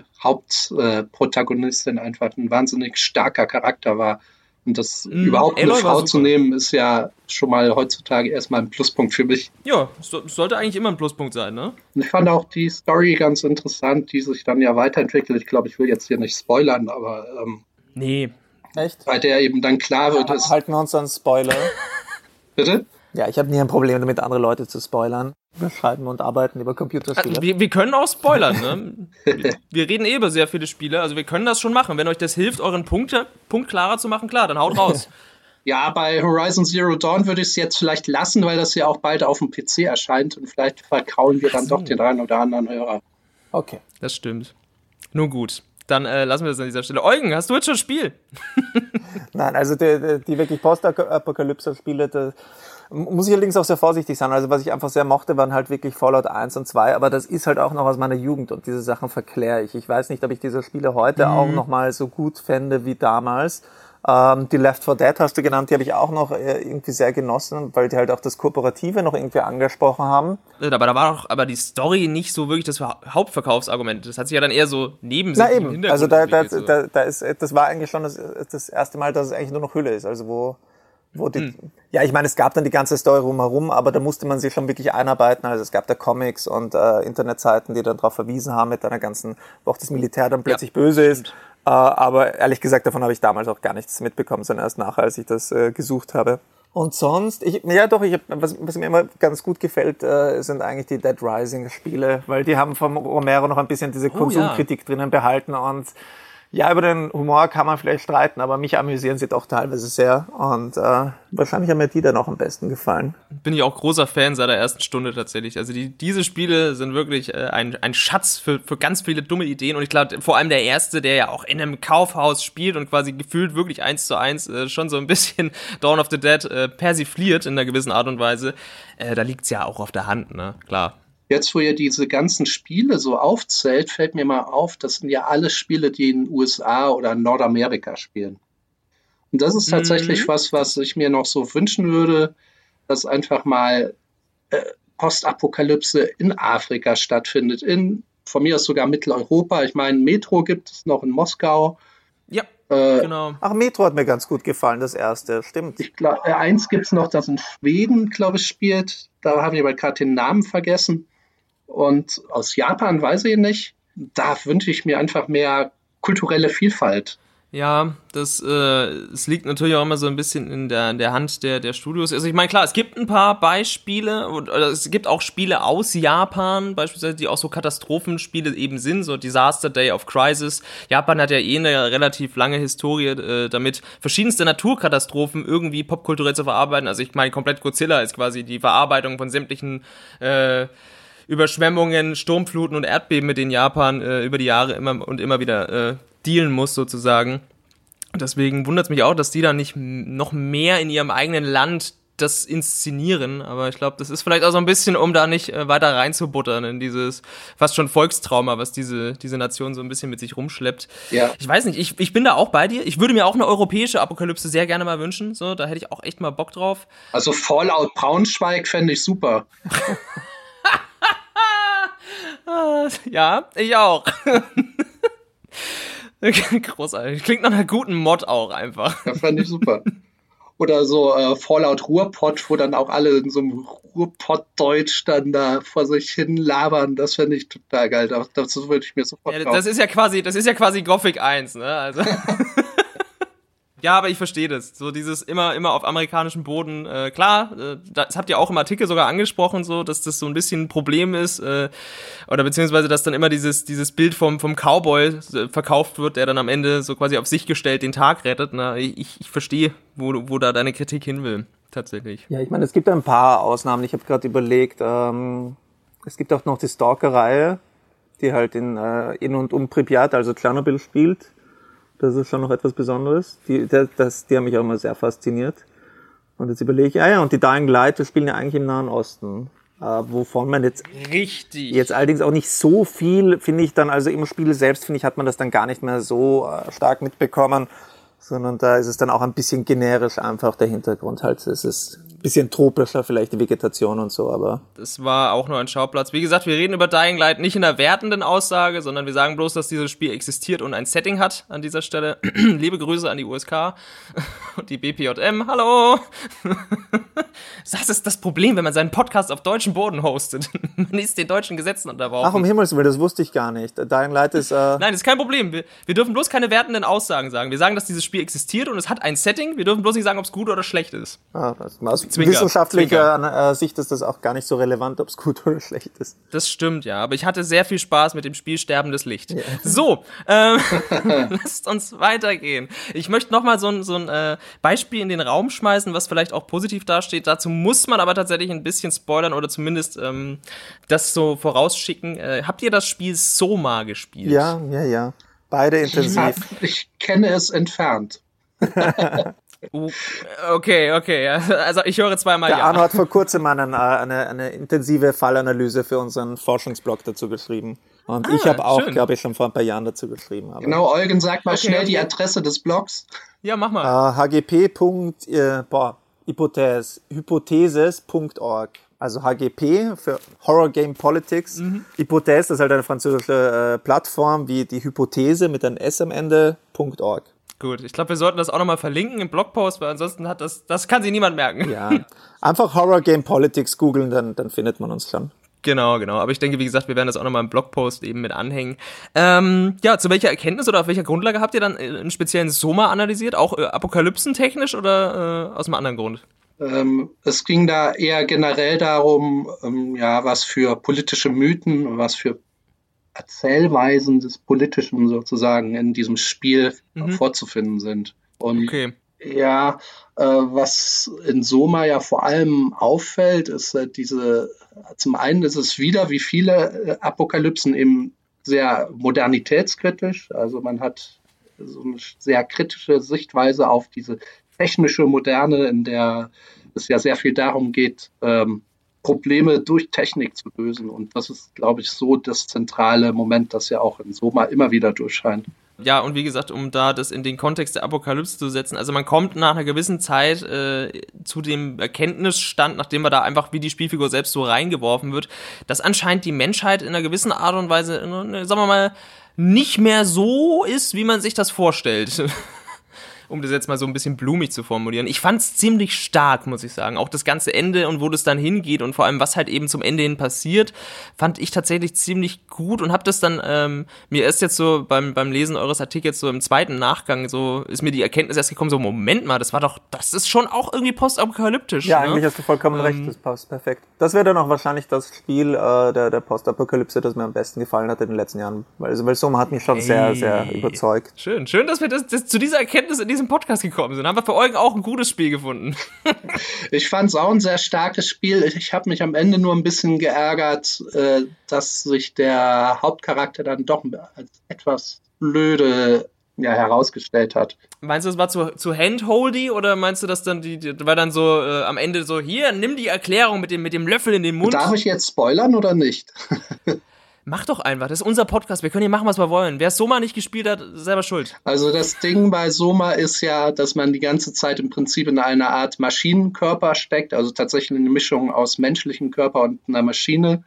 Hauptprotagonistin äh, einfach ein wahnsinnig starker Charakter war. Und das mm, überhaupt eine Frau zu nehmen, ist ja schon mal heutzutage erstmal ein Pluspunkt für mich. Ja, so, sollte eigentlich immer ein Pluspunkt sein, ne? Ich fand auch die Story ganz interessant, die sich dann ja weiterentwickelt. Ich glaube, ich will jetzt hier nicht spoilern, aber ähm, nee. Echt? Bei der eben dann klar wird, dass... Halten wir uns an Spoiler. Bitte? Ja, ich habe nie ein Problem damit, andere Leute zu spoilern. Wir schreiben und arbeiten über Computerspiele. Also wir, wir können auch spoilern, ne? wir, wir reden eh über sehr viele Spiele, also wir können das schon machen. Wenn euch das hilft, euren Punkt, Punkt klarer zu machen, klar, dann haut raus. Ja, bei Horizon Zero Dawn würde ich es jetzt vielleicht lassen, weil das ja auch bald auf dem P C erscheint und vielleicht verkraulen wir dann so. doch den einen oder anderen Hörer. Okay. Das stimmt. Nun gut. Dann äh, lassen wir das an dieser Stelle. Eugen, hast du jetzt schon ein Spiel? Nein, also die, die, die wirklich Post-Apokalypse-Spiele, da muss ich allerdings auch sehr vorsichtig sein. Also was ich einfach sehr mochte, waren halt wirklich Fallout eins und zwei, aber das ist halt auch noch aus meiner Jugend und diese Sachen verkläre ich. Ich weiß nicht, ob ich diese Spiele heute mhm. auch nochmal so gut fände wie damals. Ähm, die Left four Dead hast du genannt, die habe ich auch noch äh, irgendwie sehr genossen, weil die halt auch das Kooperative noch irgendwie angesprochen haben. Aber da war doch aber die Story nicht so wirklich das Hauptverkaufsargument. Das hat sich ja dann eher so neben sich im Hintergrund also da, da, so. da, da ist, das war eigentlich schon das, das erste Mal, dass es eigentlich nur noch Hülle ist. Also wo, wo die, hm. ja, ich meine, es gab dann die ganze Story rumherum, aber da musste man sich schon wirklich einarbeiten. Also es gab da Comics und äh, Internetseiten, die dann darauf verwiesen haben mit einer ganzen, wo auch das Militär dann plötzlich ja, böse ist. Stimmt. Uh, aber ehrlich gesagt, davon habe ich damals auch gar nichts mitbekommen, sondern erst nachher, als ich das äh, gesucht habe. Und sonst, ich, ja doch, ich hab, was, was mir immer ganz gut gefällt, äh, sind eigentlich die Dead Rising Spiele, weil die haben vom Romero noch ein bisschen diese Konsumkritik oh, ja. drinnen behalten und ja, über den Humor kann man vielleicht streiten, aber mich amüsieren sie doch teilweise sehr und äh, wahrscheinlich haben mir die dann auch am besten gefallen. Bin ich auch großer Fan seit der ersten Stunde tatsächlich. Also die diese Spiele sind wirklich äh, ein, ein Schatz für, für ganz viele dumme Ideen und ich glaube, vor allem der erste, der ja auch in einem Kaufhaus spielt und quasi gefühlt wirklich eins zu eins äh, schon so ein bisschen Dawn of the Dead äh, persifliert in einer gewissen Art und Weise, äh, da liegt's ja auch auf der Hand, ne, klar. Jetzt, wo ihr diese ganzen Spiele so aufzählt, fällt mir mal auf, das sind ja alles Spiele, die in den U S A oder in Nordamerika spielen. Und das ist tatsächlich mhm. was, was ich mir noch so wünschen würde, dass einfach mal äh, Postapokalypse in Afrika stattfindet, in von mir aus sogar Mitteleuropa. Ich meine, Metro gibt es noch in Moskau. Ja, äh, genau. Ach, Metro hat mir ganz gut gefallen, das erste, stimmt. Ich glaube, äh, eins gibt es noch, das in Schweden, glaube ich, spielt. Da habe ich aber gerade den Namen vergessen. Und aus Japan weiß ich nicht. Da wünsche ich mir einfach mehr kulturelle Vielfalt. Ja, das äh, es liegt natürlich auch immer so ein bisschen in der, in der Hand der, der Studios. Also ich meine, klar, es gibt ein paar Beispiele, oder es gibt auch Spiele aus Japan, beispielsweise, die auch so Katastrophenspiele eben sind, so Disaster Day of Crisis. Japan hat ja eh eine relativ lange Historie äh, damit, verschiedenste Naturkatastrophen irgendwie popkulturell zu verarbeiten. Also ich meine, komplett Godzilla ist quasi die Verarbeitung von sämtlichen äh, Überschwemmungen, Sturmfluten und Erdbeben, mit denen Japan äh, über die Jahre immer und immer wieder äh, dealen muss sozusagen. Deswegen wundert es mich auch, dass die da nicht noch mehr in ihrem eigenen Land das inszenieren. Aber ich glaube, das ist vielleicht auch so ein bisschen, um da nicht äh, weiter reinzubuttern in dieses fast schon Volkstrauma, was diese diese Nation so ein bisschen mit sich rumschleppt. Ja. Ich weiß nicht, ich, ich bin da auch bei dir. Ich würde mir auch eine europäische Apokalypse sehr gerne mal wünschen. So, da hätte ich auch echt mal Bock drauf. Also Fallout Braunschweig fände ich super. Ja, ich auch. Großartig. Klingt nach einer guten Mod auch einfach. Das fand ich super. Oder so äh, Fallout Ruhrpott, wo dann auch alle in so einem Ruhrpott-Deutsch dann da vor sich hin labern. Das fände ich total geil. Das, das würde ich mir sofort ja, das ist ja quasi, das ist ja quasi Gothic eins, ne? Also. Ja, aber ich verstehe das. So dieses immer, immer auf amerikanischem Boden. Äh, klar, äh, das habt ihr auch im Artikel sogar angesprochen, so, dass das so ein bisschen ein Problem ist, äh, oder beziehungsweise, dass dann immer dieses, dieses Bild vom, vom Cowboy äh, verkauft wird, der dann am Ende so quasi auf sich gestellt den Tag rettet. Na, ich, ich verstehe, wo, wo da deine Kritik hin will, tatsächlich. Ja, ich meine, es gibt ein paar Ausnahmen. Ich habe gerade überlegt, ähm, es gibt auch noch die Stalker-Reihe, die halt in, äh, in und um Pripyat, also Tschernobyl, spielt. Das ist schon noch etwas Besonderes. Die, das, das, die haben mich auch immer sehr fasziniert. Und jetzt überlege ich, ja, ja, und die Dying Light, das spielen ja eigentlich im Nahen Osten. Äh, wovon man jetzt, Richtig. jetzt allerdings auch nicht so viel, finde ich dann, also im Spiel selbst, finde ich, hat man das dann gar nicht mehr so äh, stark mitbekommen, sondern da ist es dann auch ein bisschen generisch einfach der Hintergrund halt. Es ist ein bisschen tropischer vielleicht die Vegetation und so, aber... Das war auch nur ein Schauplatz. Wie gesagt, wir reden über Dying Light nicht in einer wertenden Aussage, sondern wir sagen bloß, dass dieses Spiel existiert und ein Setting hat an dieser Stelle. Liebe Grüße an die U S K und die B P J M. Hallo! Das ist das Problem, wenn man seinen Podcast auf deutschem Boden hostet. Man ist den deutschen Gesetzen unterworfen. Ach, um Himmels Willen, das wusste ich gar nicht. Dying Light ist... Äh Nein, das ist kein Problem. Wir, wir dürfen bloß keine wertenden Aussagen sagen. Wir sagen, dass dieses Spiel existiert und es hat ein Setting. Wir dürfen bloß nicht sagen, ob es gut oder schlecht ist. Ah, das, aus Zwinker, wissenschaftlicher Zwinker. Äh, Sicht ist das auch gar nicht so relevant, ob es gut oder schlecht ist. Das stimmt, ja. Aber ich hatte sehr viel Spaß mit dem Spiel Sterbendes Licht. Ja. So, ähm, lasst uns weitergehen. Ich möchte nochmal so ein, so ein äh, Beispiel in den Raum schmeißen, was vielleicht auch positiv dasteht. Dazu muss man aber tatsächlich ein bisschen spoilern oder zumindest ähm, das so vorausschicken. Äh, habt ihr das Spiel Soma gespielt? Ja, ja, ja. Beide intensiv. Ja, ich kenne es entfernt. Okay, okay. Also ich höre zweimal Der ja. Arno hat vor kurzem einen, eine, eine intensive Fallanalyse für unseren Forschungsblog dazu geschrieben. Und ah, ich habe auch, glaube ich, schon vor ein paar Jahren dazu geschrieben. Aber genau, Eugen, sag mal okay, schnell okay. die Adresse des Blogs. Ja, mach mal. Uh, hgp. Äh, boah, Hypothese, hypotheses punkt org. Also H G P für Horror Game Politics. Mhm. Hypothese, das ist halt eine französische äh, Plattform wie die Hypothese mit einem S am Ende, .org. Gut, ich glaube, wir sollten das auch nochmal verlinken im Blogpost, weil ansonsten hat das, das kann sich niemand merken. Ja, einfach Horror Game Politics googeln, dann, dann findet man uns schon. Genau, genau. Aber ich denke, wie gesagt, wir werden das auch nochmal im Blogpost eben mit anhängen. Ähm, ja, zu welcher Erkenntnis oder auf welcher Grundlage habt ihr dann einen speziellen Soma analysiert? Auch äh, apokalypsentechnisch oder äh, aus einem anderen Grund? Ähm, es ging da eher generell darum, ähm, ja, was für politische Mythen, was für Erzählweisen des Politischen sozusagen in diesem Spiel mhm. vorzufinden sind. Und okay. ja, äh, was in Soma ja vor allem auffällt, ist äh, diese, zum einen ist es wieder, wie viele äh, Apokalypsen, eben sehr modernitätskritisch. Also man hat so eine sehr kritische Sichtweise auf diese technische Moderne, in der es ja sehr viel darum geht, ähm, Probleme durch Technik zu lösen. Und das ist, glaube ich, so das zentrale Moment, das ja auch in Soma immer wieder durchscheint. Ja, und wie gesagt, um da das in den Kontext der Apokalypse zu setzen, also man kommt nach einer gewissen Zeit äh, zu dem Erkenntnisstand, nachdem man da einfach wie die Spielfigur selbst so reingeworfen wird, dass anscheinend die Menschheit in einer gewissen Art und Weise, äh, sagen wir mal, nicht mehr so ist, wie man sich das vorstellt. Um das jetzt mal so ein bisschen blumig zu formulieren. Ich fand's ziemlich stark, muss ich sagen. Auch das ganze Ende und wo das dann hingeht und vor allem, was halt eben zum Ende hin passiert, fand ich tatsächlich ziemlich gut und hab das dann, ähm, mir erst jetzt so beim beim Lesen eures Artikels so im zweiten Nachgang so, ist mir die Erkenntnis erst gekommen, so Moment mal, das war doch, das ist schon auch irgendwie postapokalyptisch. Ja, ne? eigentlich hast du vollkommen ähm, recht, das passt perfekt. Das wäre dann auch wahrscheinlich das Spiel äh, der, der Postapokalypse, das mir am besten gefallen hat in den letzten Jahren. Also, weil Soma hat mich schon ey. sehr, sehr überzeugt. Schön, schön, dass wir das, das zu dieser Erkenntnis in diesem Podcast gekommen sind. Haben wir für Eugen auch ein gutes Spiel gefunden. Ich fand es auch ein sehr starkes Spiel. Ich habe mich am Ende nur ein bisschen geärgert, äh, dass sich der Hauptcharakter dann doch als etwas blöde ja, herausgestellt hat. Meinst du, das war zu, zu handholdy oder meinst du, dass dann die, die war dann so äh, am Ende so, hier, nimm die Erklärung mit dem, mit dem Löffel in den Mund? Darf ich jetzt spoilern oder nicht? Mach doch einfach, das ist unser Podcast, wir können hier machen, was wir wollen. Wer Soma nicht gespielt hat, selber schuld. Also das Ding bei Soma ist ja, dass man die ganze Zeit im Prinzip in einer Art Maschinenkörper steckt, also tatsächlich eine Mischung aus menschlichem Körper und einer Maschine.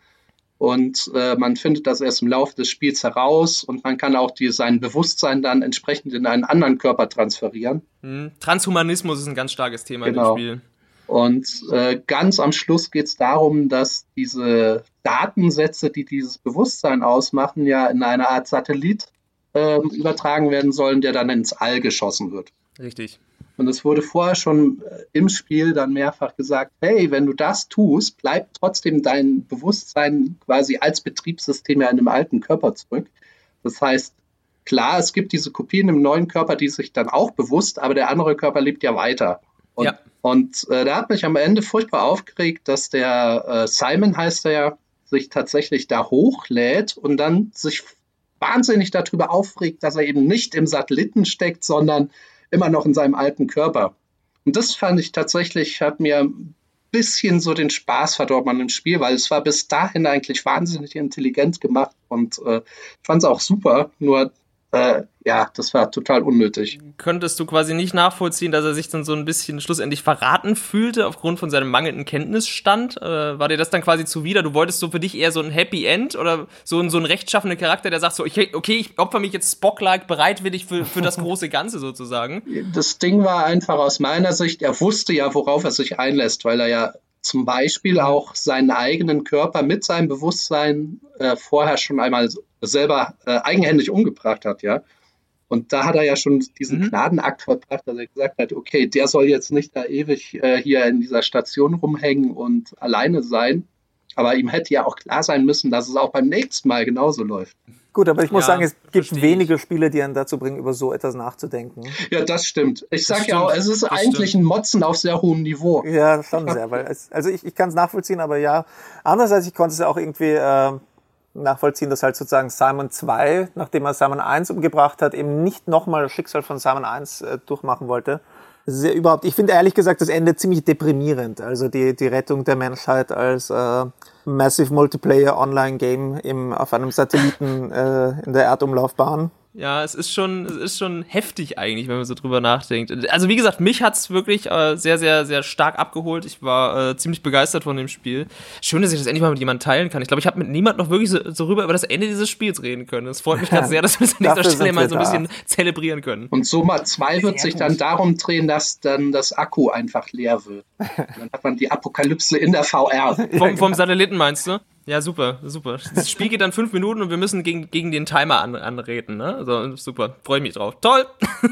Und äh, man findet das erst im Laufe des Spiels heraus und man kann auch die, sein Bewusstsein dann entsprechend in einen anderen Körper transferieren. Hm. Transhumanismus ist ein ganz starkes Thema genau. in dem Spiel. Und äh, ganz am Schluss geht es darum, dass diese Datensätze, die dieses Bewusstsein ausmachen, ja in eine Art Satellit äh, übertragen werden sollen, der dann ins All geschossen wird. Richtig. Und es wurde vorher schon äh, im Spiel dann mehrfach gesagt, hey, wenn du das tust, bleibt trotzdem dein Bewusstsein quasi als Betriebssystem ja in einem alten Körper zurück. Das heißt, klar, es gibt diese Kopien im neuen Körper, die sich dann auch bewusst, aber der andere Körper lebt ja weiter. Und, ja. und äh, der hat mich am Ende furchtbar aufgeregt, dass der äh, Simon, heißt er ja, sich tatsächlich da hochlädt und dann sich wahnsinnig darüber aufregt, dass er eben nicht im Satelliten steckt, sondern immer noch in seinem alten Körper. Und das fand ich tatsächlich, hat mir ein bisschen so den Spaß verdorben an dem Spiel, weil es war bis dahin eigentlich wahnsinnig intelligent gemacht und äh, ich fand es auch super, nur Äh, ja, das war total unnötig. Könntest du quasi nicht nachvollziehen, dass er sich dann so ein bisschen schlussendlich verraten fühlte aufgrund von seinem mangelnden Kenntnisstand? Äh, war dir das dann quasi zuwider? Du wolltest so für dich eher so ein Happy End oder so ein, so ein rechtschaffener Charakter, der sagt so, okay, okay ich opfer mich jetzt Spock-like bereitwillig für, für das große Ganze sozusagen? Das Ding war einfach aus meiner Sicht, er wusste ja, worauf er sich einlässt, weil er ja zum Beispiel auch seinen eigenen Körper mit seinem Bewusstsein äh, vorher schon einmal selber äh, eigenhändig umgebracht hat, ja. Und da hat er ja schon diesen mhm. Gnadenakt vollbracht, dass er gesagt hat, okay, der soll jetzt nicht da ewig äh, hier in dieser Station rumhängen und alleine sein. Aber ihm hätte ja auch klar sein müssen, dass es auch beim nächsten Mal genauso läuft. Gut, aber ich muss ja, sagen, es gibt wenige Spiele, die einen dazu bringen, über so etwas nachzudenken. Ja, das stimmt. Ich sag das ja auch, stimmt. es ist das eigentlich stimmt. ein Motzen auf sehr hohem Niveau. Ja, schon sehr. Weil es, also ich, ich kann es nachvollziehen, aber ja. Andererseits, ich konnte es ja auch irgendwie äh, nachvollziehen, dass halt sozusagen Simon zwei, nachdem er Simon eins umgebracht hat, eben nicht nochmal das Schicksal von Simon eins äh, durchmachen wollte. Das ist ja überhaupt, ich finde ehrlich gesagt das Ende ziemlich deprimierend. Also die, die Rettung der Menschheit als äh, Massive Multiplayer Online Game im, auf einem Satelliten äh, in der Erdumlaufbahn. Ja, es ist schon, es ist schon heftig eigentlich, wenn man so drüber nachdenkt. Also wie gesagt, mich hat's wirklich äh, sehr, sehr, sehr stark abgeholt. Ich war äh, ziemlich begeistert von dem Spiel. Schön, dass ich das endlich mal mit jemandem teilen kann. Ich glaube, ich habe mit niemandem noch wirklich so, so rüber über das Ende dieses Spiels reden können. Es freut mich ganz sehr, dass wir das an dieser Stelle mal so ein bisschen zelebrieren können. Und Soma zwei wird sich dann darum drehen, dass dann das Akku einfach leer wird. Dann hat man die Apokalypse in der V R. Vom, vom Satelliten meinst du? Ja, super, super. Das Spiel geht dann fünf Minuten und wir müssen gegen, gegen den Timer an, anreden, ne? Also, super. Freue mich drauf. Toll!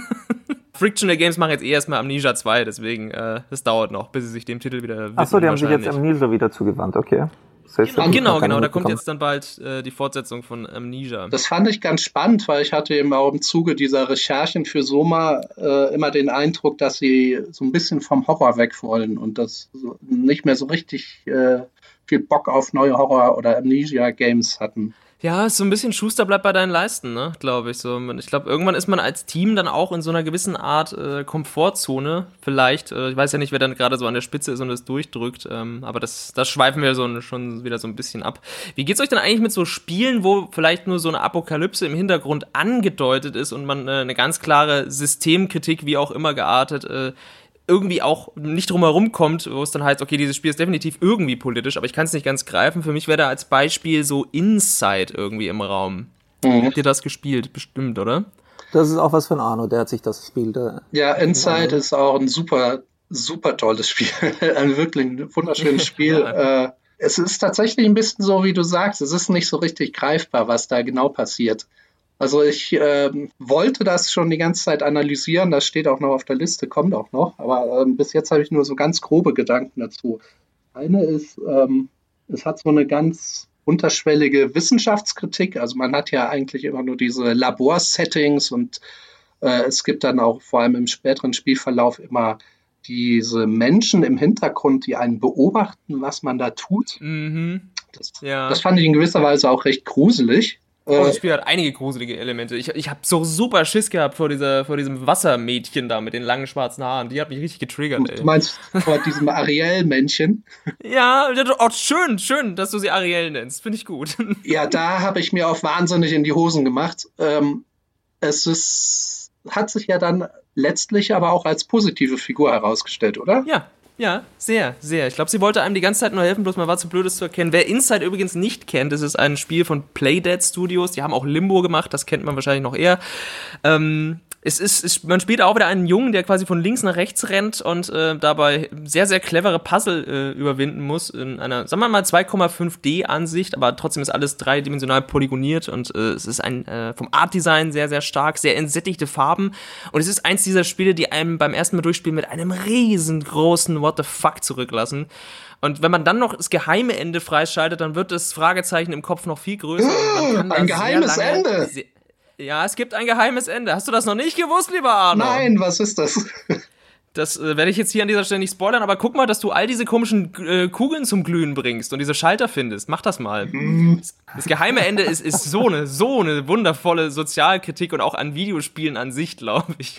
Frictional Games machen jetzt eh erstmal Amnesia zwei, deswegen, äh, das dauert noch, bis sie sich dem Titel wieder widmen. Achso, die haben sich jetzt Amnesia wieder zugewandt, okay. Das heißt, genau, genau, genau. Da kommt jetzt dann bald äh, die Fortsetzung von Amnesia. Das fand ich ganz spannend, weil ich hatte eben auch im Zuge dieser Recherchen für Soma äh, immer den Eindruck, dass sie so ein bisschen vom Horror weg wollen und das so nicht mehr so richtig äh, viel Bock auf neue Horror- oder Amnesia-Games hatten. Ja, so ein bisschen Schuster bleibt bei deinen Leisten, ne, glaube ich. So, ich glaube, irgendwann ist man als Team dann auch in so einer gewissen Art äh, Komfortzone, vielleicht. Äh, ich weiß ja nicht, wer dann gerade so an der Spitze ist und es durchdrückt, ähm, aber das, das schweifen wir so schon wieder so ein bisschen ab. Wie geht's euch denn eigentlich mit so Spielen, wo vielleicht nur so eine Apokalypse im Hintergrund angedeutet ist und man äh, eine ganz klare Systemkritik, wie auch immer geartet, äh, irgendwie auch nicht drum herum kommt, wo es dann heißt, okay, dieses Spiel ist definitiv irgendwie politisch, aber ich kann es nicht ganz greifen. Für mich wäre da als Beispiel so Inside irgendwie im Raum. Mhm. Habt ihr das gespielt? Bestimmt, oder? Das ist auch was von Arno, der hat sich das Spiel da... Ja, Inside ist auch ein super, super tolles Spiel. Ein wirklich ein wunderschönes Spiel. ja. äh, es ist tatsächlich ein bisschen so, wie du sagst, es ist nicht so richtig greifbar, was da genau passiert. Also ich äh, wollte das schon die ganze Zeit analysieren, das steht auch noch auf der Liste, kommt auch noch, aber äh, bis jetzt habe ich nur so ganz grobe Gedanken dazu. Eine ist, ähm, es hat so eine ganz unterschwellige Wissenschaftskritik, also man hat ja eigentlich immer nur diese Laborsettings und äh, es gibt dann auch vor allem im späteren Spielverlauf immer diese Menschen im Hintergrund, die einen beobachten, was man da tut. Mhm. Das, ja. das fand ich in gewisser Weise auch recht gruselig. Oh, das Spiel hat einige gruselige Elemente. Ich, ich habe so super Schiss gehabt vor, dieser, vor diesem Wassermädchen da mit den langen schwarzen Haaren. Die hat mich richtig getriggert, ey. Du meinst vor diesem Ariel-Männchen? Ja, oh, schön, schön, dass du sie Ariel nennst. Finde ich gut. Ja, da habe ich mir auch wahnsinnig in die Hosen gemacht. Ähm, es ist, hat sich ja dann letztlich aber auch als positive Figur herausgestellt, oder? Ja. Ja, sehr, sehr. Ich glaube, sie wollte einem die ganze Zeit nur helfen, bloß man war zu blöd, es zu erkennen. Wer Inside übrigens nicht kennt, das ist ein Spiel von Playdead Studios. Die haben auch Limbo gemacht, das kennt man wahrscheinlich noch eher. Ähm, es ist, es, man spielt auch wieder einen Jungen, der quasi von links nach rechts rennt und äh, dabei sehr, sehr clevere Puzzle äh, überwinden muss in einer, sagen wir mal, zwei Komma fünf D Ansicht, aber trotzdem ist alles dreidimensional polygoniert und äh, es ist ein äh, vom Artdesign sehr, sehr stark, sehr entsättigte Farben und es ist eins dieser Spiele, die einem beim ersten Mal durchspielen mit einem riesengroßen What the fuck zurücklassen. Und wenn man dann noch das geheime Ende freischaltet, dann wird das Fragezeichen im Kopf noch viel größer. Und man kann ein geheimes lange, Ende! Sehr, ja, es gibt ein geheimes Ende. Hast du das noch nicht gewusst, lieber Arno? Nein, was ist das? Das äh, werde ich jetzt hier an dieser Stelle nicht spoilern, aber guck mal, dass du all diese komischen äh, Kugeln zum Glühen bringst und diese Schalter findest. Mach das mal. Mm. Das, das geheime Ende ist, ist so eine so eine wundervolle Sozialkritik und auch an Videospielen an sich, glaube ich.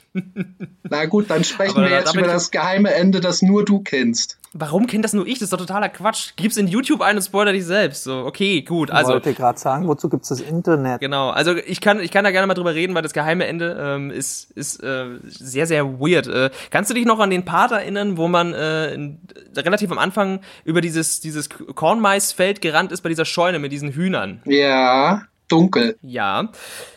Na gut, dann sprechen aber wir jetzt über das geheime Ende, das nur du kennst. Warum kennt das nur ich? Das ist doch totaler Quatsch. Gib's in YouTube ein und spoiler dich selbst. So, okay, gut. Also, ich wollte gerade sagen, wozu gibt's das Internet? Genau, also ich kann ich kann da gerne mal drüber reden, weil das geheime Ende ähm, ist ist äh, sehr, sehr weird. Äh, kannst du dich noch an den Part erinnern, wo man äh, in, relativ am Anfang über dieses dieses Kornmaisfeld gerannt ist bei dieser Scheune mit diesen Hühnern? Ja, dunkel. Ja,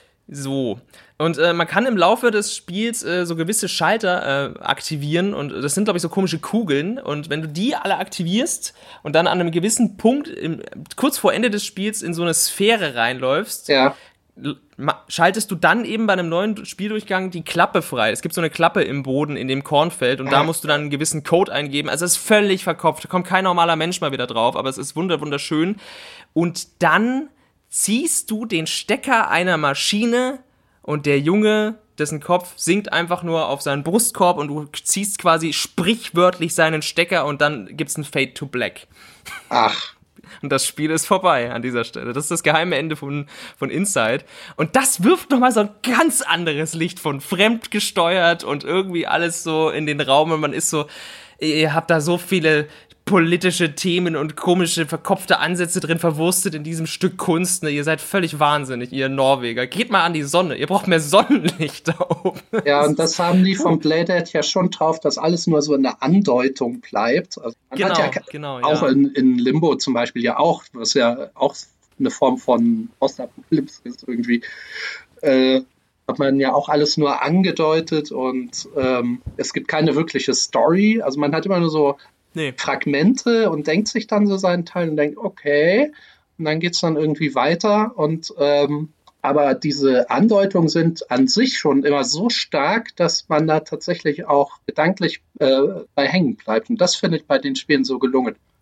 so. Und äh, man kann im Laufe des Spiels äh, so gewisse Schalter äh, aktivieren und das sind, glaube ich, so komische Kugeln und wenn du die alle aktivierst und dann an einem gewissen Punkt im, kurz vor Ende des Spiels in so eine Sphäre reinläufst, ja. schaltest du dann eben bei einem neuen Spieldurchgang die Klappe frei. Es gibt so eine Klappe im Boden in dem Kornfeld und da musst du dann einen gewissen Code eingeben. Also es ist völlig verkopft, da kommt kein normaler Mensch mal wieder drauf, aber es ist wunder wunderschön. Und dann ziehst du den Stecker einer Maschine und der Junge, dessen Kopf sinkt einfach nur auf seinen Brustkorb und du ziehst quasi sprichwörtlich seinen Stecker und dann gibt's ein Fade to Black. Ach. Und das Spiel ist vorbei an dieser Stelle. Das ist das geheime Ende von, von Inside. Und das wirft nochmal so ein ganz anderes Licht von fremdgesteuert und irgendwie alles so in den Raum und man ist so, ihr habt da so viele politische Themen und komische, verkopfte Ansätze drin verwurstet in diesem Stück Kunst. Ne? Ihr seid völlig wahnsinnig, ihr Norweger. Geht mal an die Sonne. Ihr braucht mehr Sonnenlicht da oben. Ja, und das haben die von Playdead ja schon drauf, dass alles nur so eine Andeutung bleibt. Also man genau, hat ja genau, auch ja. in, in Limbo zum Beispiel ja auch, was ja auch eine Form von Postapokalypse ist irgendwie, äh, hat man ja auch alles nur angedeutet und ähm, es gibt keine wirkliche Story. Also man hat immer nur so Nee. Fragmente und denkt sich dann so seinen Teil und denkt, okay, und dann geht's dann irgendwie weiter und ähm, aber diese Andeutungen sind an sich schon immer so stark, dass man da tatsächlich auch gedanklich äh, bei hängen bleibt und das finde ich bei den Spielen so gelungen.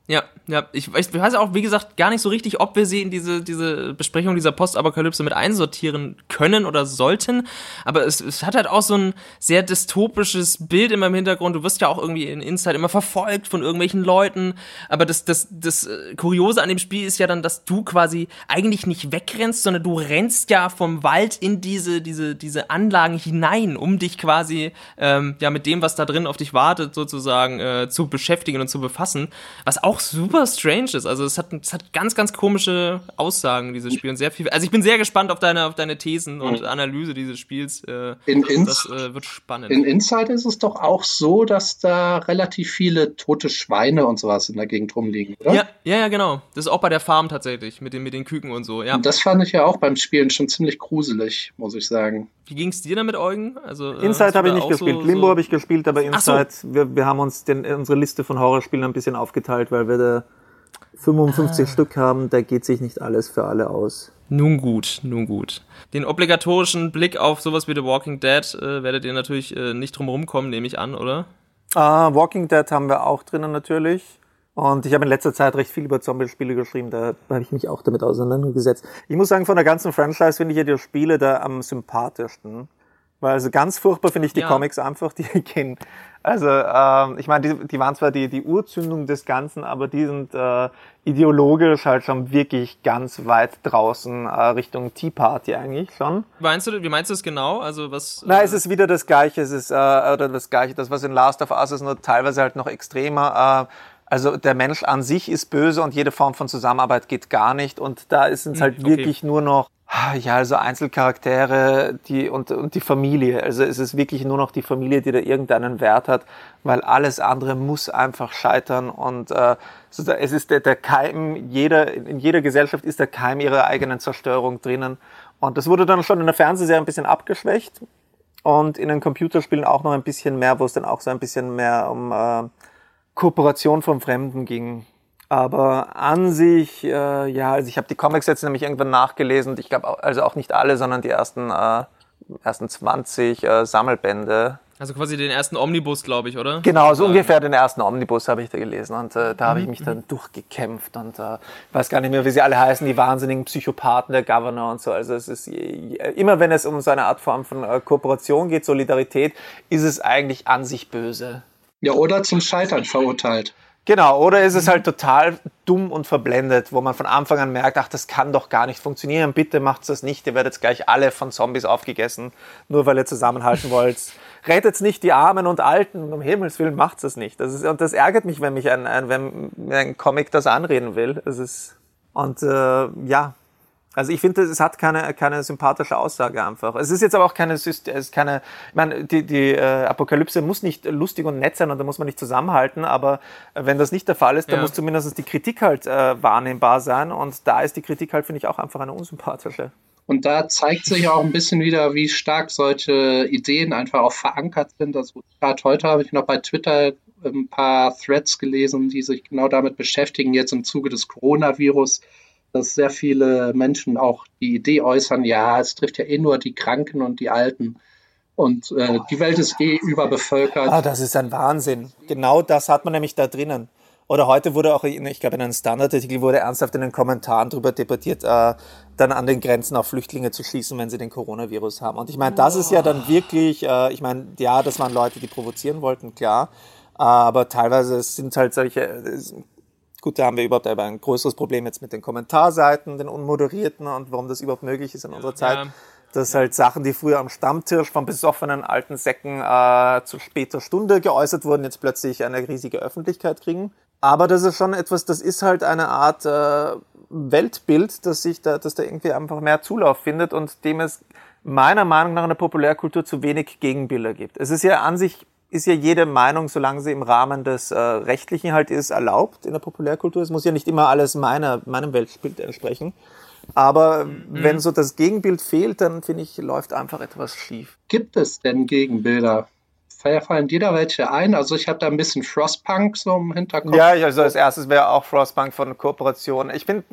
Ja, ja, ich, ich weiß auch, wie gesagt, gar nicht so richtig, ob wir sie in diese, diese Besprechung dieser Postapokalypse mit einsortieren können oder sollten, aber es, es hat halt auch so ein sehr dystopisches Bild in meinem Hintergrund. Du wirst ja auch irgendwie in Inside immer verfolgt von irgendwelchen Leuten, aber das, das, das Kuriose an dem Spiel ist ja dann, dass du quasi eigentlich nicht wegrennst, sondern du rennst ja vom Wald in diese, diese, diese Anlagen hinein, um dich quasi, ähm, ja, mit dem, was da drin auf dich wartet, sozusagen, äh, zu beschäftigen und zu befassen, was auch super strange ist. Also es hat, es hat ganz, ganz komische Aussagen, dieses Spiel. Und sehr viel. Also ich bin sehr gespannt auf deine, auf deine Thesen und Analyse dieses Spiels. Äh, in Ins- das äh, wird spannend. In Inside ist es doch auch so, dass da relativ viele tote Schweine und sowas in der Gegend rumliegen, oder? Ja, ja, ja, genau. Das ist auch bei der Farm tatsächlich, mit den, mit den Küken und so. Ja. Und das fand ich ja auch beim Spielen schon ziemlich gruselig, muss ich sagen. Wie ging es dir damit, Eugen? Also, äh, Inside habe ich nicht gespielt. So, Limbo so habe ich gespielt, aber Inside, so. wir, wir haben uns den, unsere Liste von Horrorspielen ein bisschen aufgeteilt, weil wir da fünfundfünfzig ah. Stück haben, da geht sich nicht alles für alle aus. Nun gut, nun gut. Den obligatorischen Blick auf sowas wie The Walking Dead äh, werdet ihr natürlich äh, nicht drum rumkommen, nehme ich an, oder? Uh, Walking Dead haben wir auch drinnen natürlich. Und ich habe in letzter Zeit recht viel über Zombie-Spiele geschrieben, da habe ich mich auch damit auseinandergesetzt. Ich muss sagen, von der ganzen Franchise finde ich ja die Spiele da am sympathischsten. Weil also ganz furchtbar finde ich die ja. Comics einfach, die gehen. Also ähm, ich meine, die, die waren zwar die, die Urzündung des Ganzen, aber die sind äh, ideologisch halt schon wirklich ganz weit draußen äh, Richtung Tea Party eigentlich schon. Meinst du, wie meinst du das genau? Also was? Nein, äh, es ist wieder das Gleiche. Es ist äh, oder das Gleiche, das was in Last of Us ist, nur teilweise halt noch extremer. Äh, Also der Mensch an sich ist böse und jede Form von Zusammenarbeit geht gar nicht. Und da ist es halt okay. wirklich nur noch, ja, also Einzelcharaktere die und, und die Familie. Also es ist wirklich nur noch die Familie, die da irgendeinen Wert hat, weil alles andere muss einfach scheitern. Und äh, es ist der, der Keim, jeder, in jeder Gesellschaft ist der Keim ihrer eigenen Zerstörung drinnen. Und das wurde dann schon in der Fernsehserie ein bisschen abgeschwächt. Und in den Computerspielen auch noch ein bisschen mehr, wo es dann auch so ein bisschen mehr um äh, Kooperation vom Fremden ging. Aber an sich, äh, ja, also ich habe die Comics jetzt nämlich irgendwann nachgelesen und ich glaube, also auch nicht alle, sondern die ersten, äh, ersten zwanzig äh, Sammelbände. Also quasi den ersten Omnibus, glaube ich, oder? Genau, so ungefähr den ersten Omnibus habe ich da gelesen und äh, da habe ich mich dann durchgekämpft und äh, ich weiß gar nicht mehr, wie sie alle heißen, die wahnsinnigen Psychopathen, der Governor und so. Also es ist immer, wenn es um so eine Art Form von äh, Kooperation geht, Solidarität, ist es eigentlich an sich böse. Ja, oder zum Scheitern verurteilt. Genau, oder ist es halt total dumm und verblendet, wo man von Anfang an merkt, ach, das kann doch gar nicht funktionieren, bitte macht's das nicht, ihr werdet gleich alle von Zombies aufgegessen, nur weil ihr zusammenhalten wollt. Rettet's nicht die Armen und Alten, um Himmels Willen macht's das nicht. Das ist, und das ärgert mich, wenn mich ein, ein, wenn mir ein Comic das anreden will. Das ist, und äh, ja, also ich finde, es hat keine keine sympathische Aussage einfach. Es ist jetzt aber auch keine, es ist keine, ich meine, die die äh, Apokalypse muss nicht lustig und nett sein und da muss man nicht zusammenhalten, aber wenn das nicht der Fall ist, dann ja. muss zumindest die Kritik halt äh, wahrnehmbar sein und da ist die Kritik halt, finde ich, auch einfach eine unsympathische. Und da zeigt sich auch ein bisschen wieder, wie stark solche Ideen einfach auch verankert sind. Also gerade heute habe ich noch bei Twitter ein paar Threads gelesen, die sich genau damit beschäftigen, jetzt im Zuge des Coronavirus, dass sehr viele Menschen auch die Idee äußern, ja, es trifft ja eh nur die Kranken und die Alten und äh, die Welt ist eh überbevölkert. Ah, das ist ein Wahnsinn. Genau das hat man nämlich da drinnen. Oder heute wurde auch, ich glaube in einem Standardartikel wurde ernsthaft in den Kommentaren darüber debattiert, äh, dann an den Grenzen auf Flüchtlinge zu schließen, wenn sie den Coronavirus haben. Und ich meine, das ist ja dann wirklich, äh, ich meine, ja, das waren Leute, die provozieren wollten, klar, aber teilweise sind halt solche... Äh, Gut, da haben wir überhaupt ein größeres Problem jetzt mit den Kommentarseiten, den unmoderierten und warum das überhaupt möglich ist in unserer Zeit. Ja. Dass halt Sachen, die früher am Stammtisch von besoffenen alten Säcken äh, zu später Stunde geäußert wurden, jetzt plötzlich eine riesige Öffentlichkeit kriegen. Aber das ist schon etwas, das ist halt eine Art äh, Weltbild, dass sich da, dass da irgendwie einfach mehr Zulauf findet und dem es meiner Meinung nach in der Populärkultur zu wenig Gegenbilder gibt. Es ist ja an sich ist ja jede Meinung, solange sie im Rahmen des äh, Rechtlichen halt ist, erlaubt in der Populärkultur. Es muss ja nicht immer alles meiner, meinem Weltbild entsprechen. Aber mhm. wenn so das Gegenbild fehlt, dann finde ich, läuft einfach etwas schief. Gibt es denn Gegenbilder? Fallen dir da welche ein? Also ich habe da ein bisschen Frostpunk so im Hinterkopf. Ja, also als erstes wäre auch Frostpunk von Kooperation. Ich finde,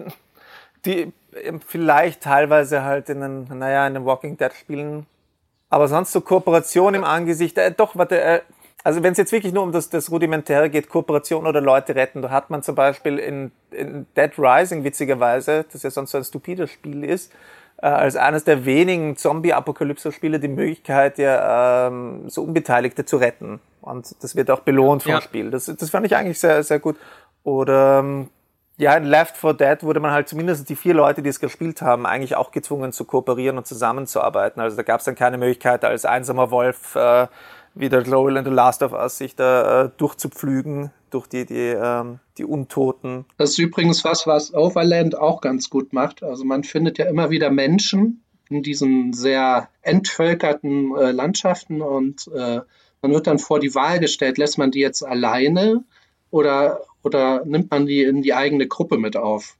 die vielleicht teilweise halt in den, naja, in den Walking Dead Spielen. Aber sonst so Kooperation im Angesicht, äh, doch, warte, äh, Also wenn es jetzt wirklich nur um das, das Rudimentäre geht, Kooperation oder Leute retten, da hat man zum Beispiel in, in Dead Rising witzigerweise, das ja sonst so ein stupides Spiel ist, äh, als eines der wenigen Zombie-Apokalypse-Spiele die Möglichkeit, ja ähm, so Unbeteiligte zu retten. Und das wird auch belohnt vom ja. Spiel. Das, das fand ich eigentlich sehr, sehr gut. Oder ähm, ja, in Left four Dead wurde man halt zumindest die vier Leute, die es gespielt haben, eigentlich auch gezwungen zu kooperieren und zusammenzuarbeiten. Also da gab es dann keine Möglichkeit, als einsamer Wolf äh, wie der Joel in The Last of Us sich da äh, durchzupflügen durch die, die, ähm, die Untoten. Das ist übrigens was, was Overland auch ganz gut macht. Also man findet ja immer wieder Menschen in diesen sehr entvölkerten äh, Landschaften und äh, man wird dann vor die Wahl gestellt, lässt man die jetzt alleine oder, oder nimmt man die in die eigene Gruppe mit auf?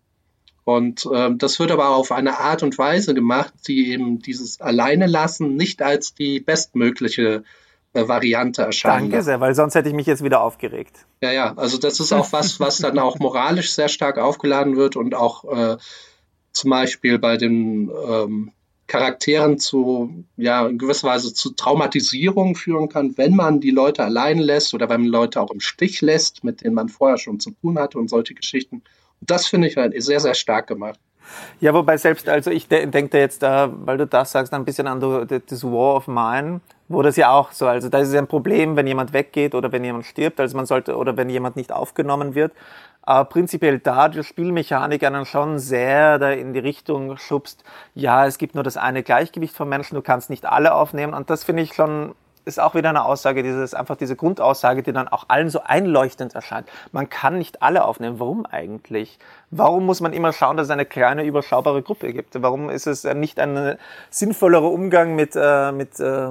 Und äh, das wird aber auf eine Art und Weise gemacht, die eben dieses Alleine lassen nicht als die bestmögliche äh, Variante erscheinen. Danke sehr, weil sonst hätte ich mich jetzt wieder aufgeregt. Ja, ja, also das ist auch was, was dann auch moralisch sehr stark aufgeladen wird und auch äh, zum Beispiel bei den ähm, Charakteren zu, ja, in gewisser Weise zu Traumatisierung führen kann, wenn man die Leute allein lässt oder wenn man Leute auch im Stich lässt, mit denen man vorher schon zu tun hatte und solche Geschichten. Und das finde ich halt sehr, sehr stark gemacht. Ja, wobei selbst, also ich de- denke da jetzt, äh, weil du das sagst, ein bisschen an the, das War of Mine, wo das ja auch so, also da ist es ein Problem, wenn jemand weggeht oder wenn jemand stirbt, also man sollte, oder wenn jemand nicht aufgenommen wird. Aber prinzipiell da die Spielmechanik einen schon sehr da in die Richtung schubst, ja, es gibt nur das eine Gleichgewicht von Menschen, du kannst nicht alle aufnehmen und das finde ich schon, ist auch wieder eine Aussage, dieses, einfach diese Grundaussage, die dann auch allen so einleuchtend erscheint. Man kann nicht alle aufnehmen. Warum eigentlich? Warum muss man immer schauen, dass es eine kleine, überschaubare Gruppe gibt? Warum ist es nicht ein sinnvollerer Umgang mit, äh, mit äh,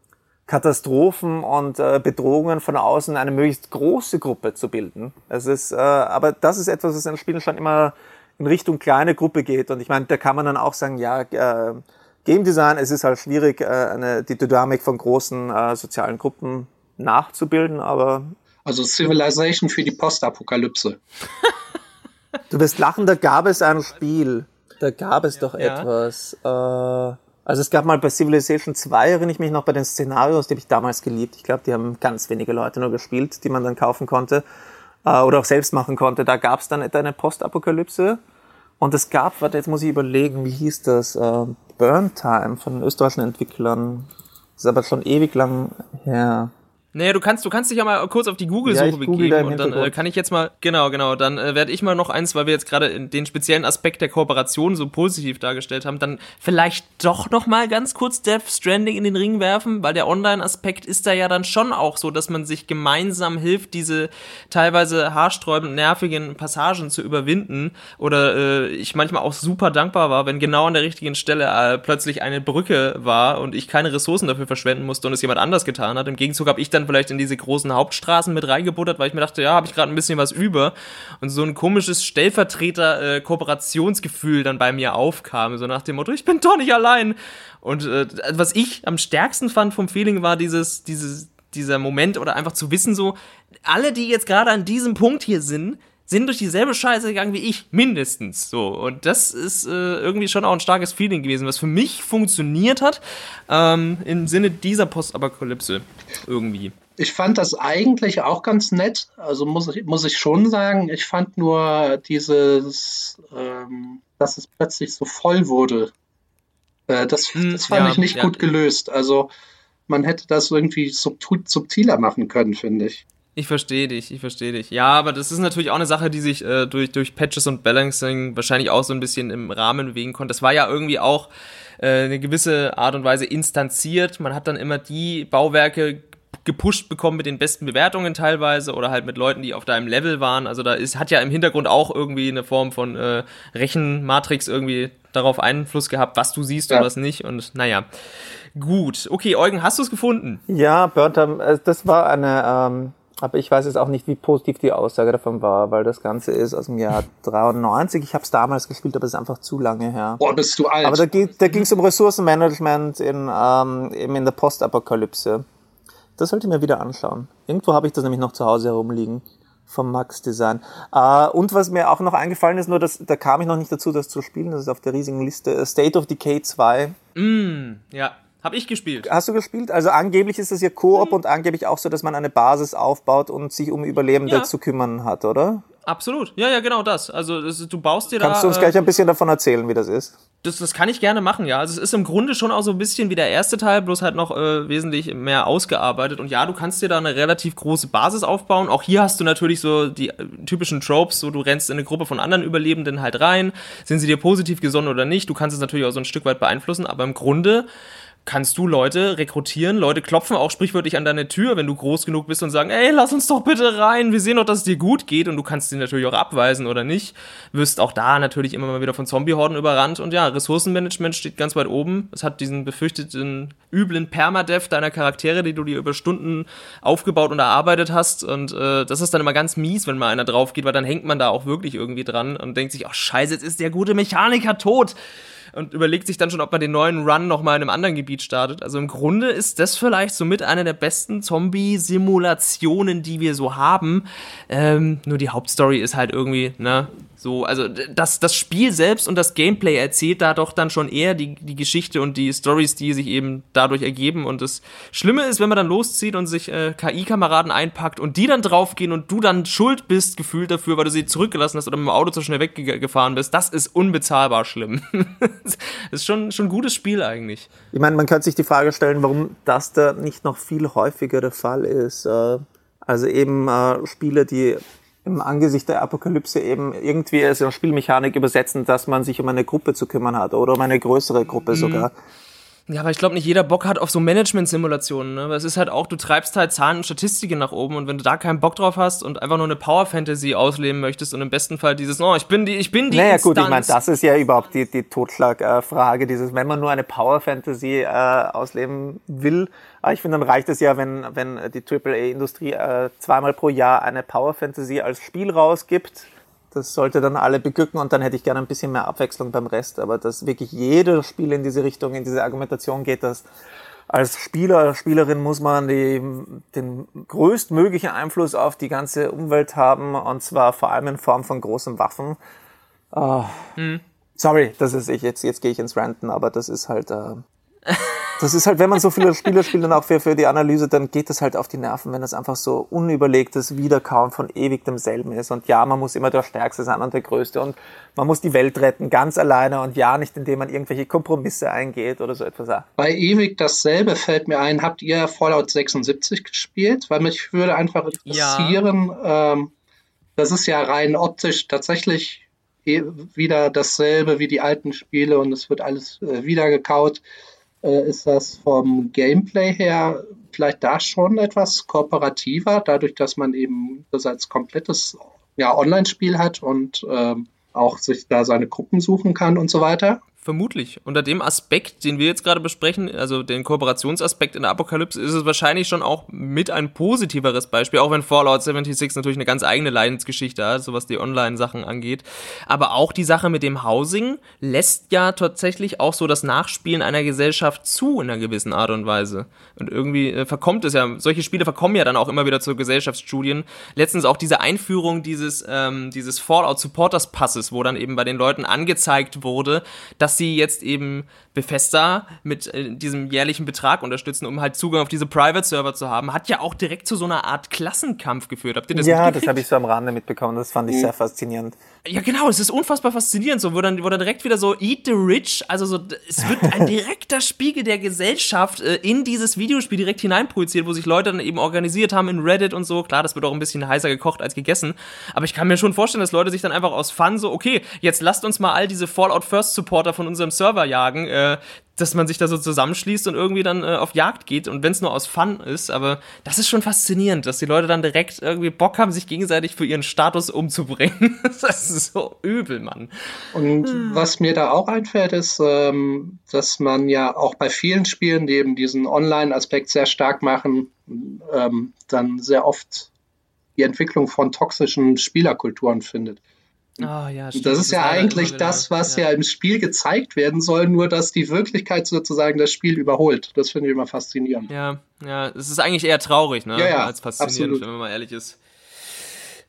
Katastrophen und äh, Bedrohungen von außen, eine möglichst große Gruppe zu bilden? Es ist, äh, aber das ist etwas, was in Spielen schon immer in Richtung kleine Gruppe geht. Und ich meine, da kann man dann auch sagen, ja, äh, Game Design, es ist halt schwierig, eine, die Dynamik von großen äh, sozialen Gruppen nachzubilden, aber... Also Civilization für die Postapokalypse. Du wirst lachen, da gab es ein Spiel, da gab es doch Ja. etwas... Äh, also es gab mal bei Civilization zwei, erinnere ich mich noch, bei den Szenarios, die habe ich damals geliebt. Ich glaube, die haben ganz wenige Leute nur gespielt, die man dann kaufen konnte äh, oder auch selbst machen konnte. Da gab es dann eine Postapokalypse. Und es gab, warte, jetzt muss ich überlegen, wie hieß das? Äh, Burn Time von den österreichischen Entwicklern. Das ist aber schon ewig lang her. Naja, du kannst, du kannst dich ja mal kurz auf die Google-Suche Ja, ich google da begeben im und dann äh, Hintergrund. kann ich jetzt mal, genau, genau, dann äh, werde ich mal noch eins, weil wir jetzt gerade in den speziellen Aspekt der Kooperation so positiv dargestellt haben, dann vielleicht doch noch mal ganz kurz Death Stranding in den Ring werfen, weil der Online-Aspekt ist da ja dann schon auch so, dass man sich gemeinsam hilft, diese teilweise haarsträubend nervigen Passagen zu überwinden oder äh, ich manchmal auch super dankbar war, wenn genau an der richtigen Stelle äh, plötzlich eine Brücke war und ich keine Ressourcen dafür verschwenden musste und es jemand anders getan hat. Im Gegenzug habe ich dann vielleicht in diese großen Hauptstraßen mit reingebuttert, weil ich mir dachte, ja, habe ich gerade ein bisschen was über und so ein komisches Stellvertreter-Kooperationsgefühl dann bei mir aufkam, so nach dem Motto, ich bin doch nicht allein. Und äh, was ich am stärksten fand vom Feeling war dieses, dieses, dieser Moment oder einfach zu wissen so, alle, die jetzt gerade an diesem Punkt hier sind, sind durch dieselbe Scheiße gegangen wie ich, mindestens. So. Und das ist äh, irgendwie schon auch ein starkes Feeling gewesen, was für mich funktioniert hat, ähm, im Sinne dieser Postapokalypse irgendwie. Ich fand das eigentlich auch ganz nett, also muss ich, muss ich schon sagen, ich fand nur dieses, ähm, dass es plötzlich so voll wurde, äh, das, Hm, das fand ja, ich nicht ja. gut gelöst. Also man hätte das irgendwie subtu- subtiler machen können, finde ich. Ich verstehe dich, ich verstehe dich. Ja, aber das ist natürlich auch eine Sache, die sich äh, durch, durch Patches und Balancing wahrscheinlich auch so ein bisschen im Rahmen bewegen konnte. Das war ja irgendwie auch äh, eine gewisse Art und Weise instanziert. Man hat dann immer die Bauwerke gepusht bekommen mit den besten Bewertungen teilweise oder halt mit Leuten, die auf deinem Level waren. Also da ist, hat ja im Hintergrund auch irgendwie eine Form von äh, Rechenmatrix irgendwie darauf Einfluss gehabt, was du siehst Ja. und was nicht. Und naja, gut. Okay, Eugen, hast du es gefunden? Ja, Burn Time, äh, das war eine, ähm, aber ich weiß jetzt auch nicht, wie positiv die Aussage davon war, weil das Ganze ist aus dem Jahr dreiundneunzig. Ich habe es damals gespielt, aber es ist einfach zu lange her. Boah, bist du alt. Aber da ging da ging's um Ressourcenmanagement in, ähm, eben in der Postapokalypse. Das sollte ich mir wieder anschauen. Irgendwo habe ich das nämlich noch zu Hause herumliegen. Vom Max Design. Äh, und was mir auch noch eingefallen ist, nur das, da kam ich noch nicht dazu, das zu spielen, das ist auf der riesigen Liste, State of Decay zwei. Mm, ja. Hab ich gespielt. Hast du gespielt? Also angeblich ist es ja Koop mhm. und angeblich auch so, dass man eine Basis aufbaut und sich um Überlebende ja. zu kümmern hat, oder? Absolut. Ja, ja, genau das. Also das, du baust dir Kannst da... Kannst du uns äh, gleich ein bisschen davon erzählen, wie das ist? Das, das kann ich gerne machen, ja. Also es ist im Grunde schon auch so ein bisschen wie der erste Teil, bloß halt noch äh, wesentlich mehr ausgearbeitet. Und ja, du kannst dir da eine relativ große Basis aufbauen. Auch hier hast du natürlich so die äh, typischen Tropes, so du rennst in eine Gruppe von anderen Überlebenden halt rein. Sind sie dir positiv gesonnen oder nicht? Du kannst es natürlich auch so ein Stück weit beeinflussen, aber im Grunde kannst du Leute rekrutieren, Leute klopfen auch sprichwörtlich an deine Tür, wenn du groß genug bist und sagen, ey, lass uns doch bitte rein, wir sehen doch, dass es dir gut geht, und du kannst sie natürlich auch abweisen oder nicht, wirst auch da natürlich immer mal wieder von Zombie-Horden überrannt, und ja, Ressourcenmanagement steht ganz weit oben. Es hat diesen befürchteten üblen Permadeath deiner Charaktere, die du dir über Stunden aufgebaut und erarbeitet hast, und äh, das ist dann immer ganz mies, wenn mal einer drauf geht, weil dann hängt man da auch wirklich irgendwie dran und denkt sich, ach scheiße, jetzt ist der gute Mechaniker tot. Und überlegt sich dann schon, ob man den neuen Run nochmal in einem anderen Gebiet startet. Also im Grunde ist das vielleicht somit eine der besten Zombie-Simulationen, die wir so haben. Ähm, nur die Hauptstory ist halt irgendwie, ne, so, also das, das Spiel selbst und das Gameplay erzählt da doch dann schon eher die, die Geschichte und die Storys, die sich eben dadurch ergeben. Und das Schlimme ist, wenn man dann loszieht und sich äh, K I-Kameraden einpackt und die dann draufgehen und du dann schuld bist, gefühlt dafür, weil du sie zurückgelassen hast oder mit dem Auto zu schnell weggefahren bist. Das ist unbezahlbar schlimm. Das ist schon, schon ein gutes Spiel eigentlich. Ich meine, man könnte sich die Frage stellen, warum das da nicht noch viel häufiger der Fall ist. Also eben äh, Spiele, die im Angesicht der Apokalypse eben irgendwie als eine Spielmechanik übersetzen, dass man sich um eine Gruppe zu kümmern hat oder um eine größere Gruppe mhm. sogar. Ja, aber ich glaube, nicht jeder Bock hat auf so Management-Simulationen, ne? Weil es ist halt auch, du treibst halt Zahlen und Statistiken nach oben, und wenn du da keinen Bock drauf hast und einfach nur eine Power-Fantasy ausleben möchtest und im besten Fall dieses, oh, ich bin die, ich bin die Naja, Instanz. Gut, ich meine, das ist ja überhaupt die, die Totschlagfrage, dieses, wenn man nur eine Power-Fantasy äh, ausleben will. Aber ich finde, dann reicht es ja, wenn, wenn die Triple A-Industrie äh, zweimal pro Jahr eine Power-Fantasy als Spiel rausgibt. Das sollte dann alle beglücken, und dann hätte ich gerne ein bisschen mehr Abwechslung beim Rest. Aber dass wirklich jedes Spiel in diese Richtung, in diese Argumentation geht, dass als Spieler, als Spielerin muss man die, den größtmöglichen Einfluss auf die ganze Umwelt haben, und zwar vor allem in Form von großen Waffen. Uh, hm. Sorry, das ist ich, jetzt, jetzt gehe ich ins Ranten, aber das ist halt... Uh, Das ist halt, wenn man so viele Spiele spielt und auch für, für die Analyse, dann geht das halt auf die Nerven, wenn das einfach so unüberlegtes Wiederkauen von ewig demselben ist. Und ja, man muss immer der Stärkste sein und der Größte, und man muss die Welt retten, ganz alleine, und ja, nicht indem man irgendwelche Kompromisse eingeht oder so etwas. Bei ewig dasselbe fällt mir ein, habt ihr Fallout sechsundsiebzig gespielt? Weil mich würde einfach interessieren, ja. ähm, das ist ja rein optisch tatsächlich wieder dasselbe wie die alten Spiele, und es wird alles äh, wieder gekaut. Ist das vom Gameplay her vielleicht da schon etwas kooperativer, dadurch, dass man eben das als komplettes ja, Online-Spiel hat und ähm, auch sich da seine Gruppen suchen kann und so weiter? Vermutlich. Unter dem Aspekt, den wir jetzt gerade besprechen, also den Kooperationsaspekt in der Apokalypse, ist es wahrscheinlich schon auch mit ein positiveres Beispiel, auch wenn Fallout sechsundsiebzig natürlich eine ganz eigene Leidensgeschichte hat, so was die Online-Sachen angeht. Aber auch die Sache mit dem Housing lässt ja tatsächlich auch so das Nachspielen einer Gesellschaft zu in einer gewissen Art und Weise. Und irgendwie äh, verkommt es ja, solche Spiele verkommen ja dann auch immer wieder zu Gesellschaftsstudien. Letztens auch diese Einführung dieses, ähm, dieses Fallout-Supporters-Passes, wo dann eben bei den Leuten angezeigt wurde, dass sie jetzt eben Bethesda mit äh, diesem jährlichen Betrag unterstützen, um halt Zugang auf diese Private-Server zu haben, hat ja auch direkt zu so einer Art Klassenkampf geführt. Habt ihr das Ja, das habe ich so am Rande mitbekommen, das fand ich mhm. sehr faszinierend. Ja, genau, es ist unfassbar faszinierend, so, wo dann, wo dann direkt wieder so Eat the Rich, also so, es wird ein direkter Spiegel der Gesellschaft äh, in dieses Videospiel direkt hineinprojiziert, wo sich Leute dann eben organisiert haben in Reddit und so. Klar, das wird auch ein bisschen heißer gekocht als gegessen, aber ich kann mir schon vorstellen, dass Leute sich dann einfach aus Fun so, okay, jetzt lasst uns mal all diese Fallout First Supporter von unserem Server jagen, äh, dass man sich da so zusammenschließt und irgendwie dann äh, auf Jagd geht, und wenn es nur aus Fun ist, aber das ist schon faszinierend, dass die Leute dann direkt irgendwie Bock haben, sich gegenseitig für ihren Status umzubringen. Das ist so übel, Mann. Und hm. was mir da auch einfällt, ist, ähm, dass man ja auch bei vielen Spielen, die eben diesen Online-Aspekt sehr stark machen, ähm, dann sehr oft die Entwicklung von toxischen Spielerkulturen findet. Oh, ja, stimmt. Das ist das ja eigentlich das, was ja. ja im Spiel gezeigt werden soll, nur dass die Wirklichkeit sozusagen das Spiel überholt. Das finde ich immer faszinierend. Ja, ja, es ist eigentlich eher traurig, ne? Ja, ja, als faszinierend, absolut. wenn man mal ehrlich ist.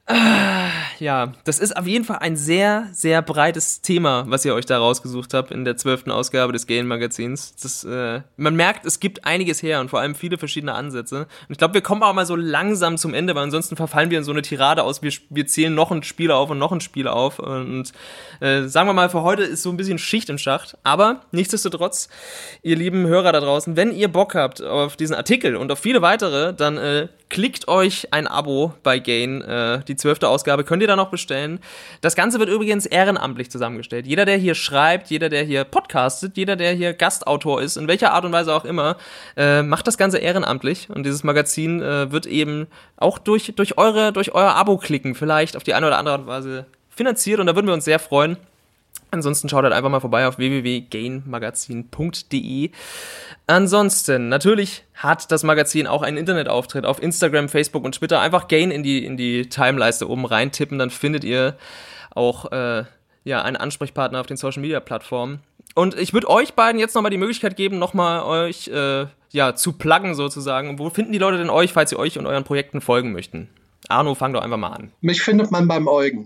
Ja, das ist auf jeden Fall ein sehr, sehr breites Thema, was ihr euch da rausgesucht habt in der zwölften Ausgabe des Gain-Magazins. Das, äh, man merkt, es gibt einiges her und vor allem viele verschiedene Ansätze. Und ich glaube, wir kommen auch mal so langsam zum Ende, weil ansonsten verfallen wir in so eine Tirade aus, wir, wir zählen noch ein Spiel auf und noch ein Spiel auf. Und äh, sagen wir mal, für heute ist so ein bisschen Schicht im Schacht. Aber nichtsdestotrotz, ihr lieben Hörer da draußen, wenn ihr Bock habt auf diesen Artikel und auf viele weitere, dann äh, klickt euch ein Abo bei Gain. Äh, die zwölfte Ausgabe könnt ihr da noch bestellen. Das Ganze wird übrigens ehrenamtlich zusammengestellt. Jeder, der hier schreibt, jeder, der hier podcastet, jeder, der hier Gastautor ist, in welcher Art und Weise auch immer, äh, macht das Ganze ehrenamtlich. Und dieses Magazin äh, wird eben auch durch, durch, eure, durch euer Abo-Klicken vielleicht auf die eine oder andere Art und Weise finanziert. Und da würden wir uns sehr freuen. Ansonsten schaut halt einfach mal vorbei auf w w w punkt gain magazin punkt d e. Ansonsten, natürlich hat das Magazin auch einen Internetauftritt auf Instagram, Facebook und Twitter. Einfach Gain in die, in die Timeleiste oben reintippen, dann findet ihr auch äh, ja, einen Ansprechpartner auf den Social-Media-Plattformen. Und ich würde euch beiden jetzt nochmal die Möglichkeit geben, nochmal euch äh, ja, zu pluggen sozusagen. Wo finden die Leute denn euch, falls sie euch und euren Projekten folgen möchten? Arno, fang doch einfach mal an. Mich findet man beim Eugen.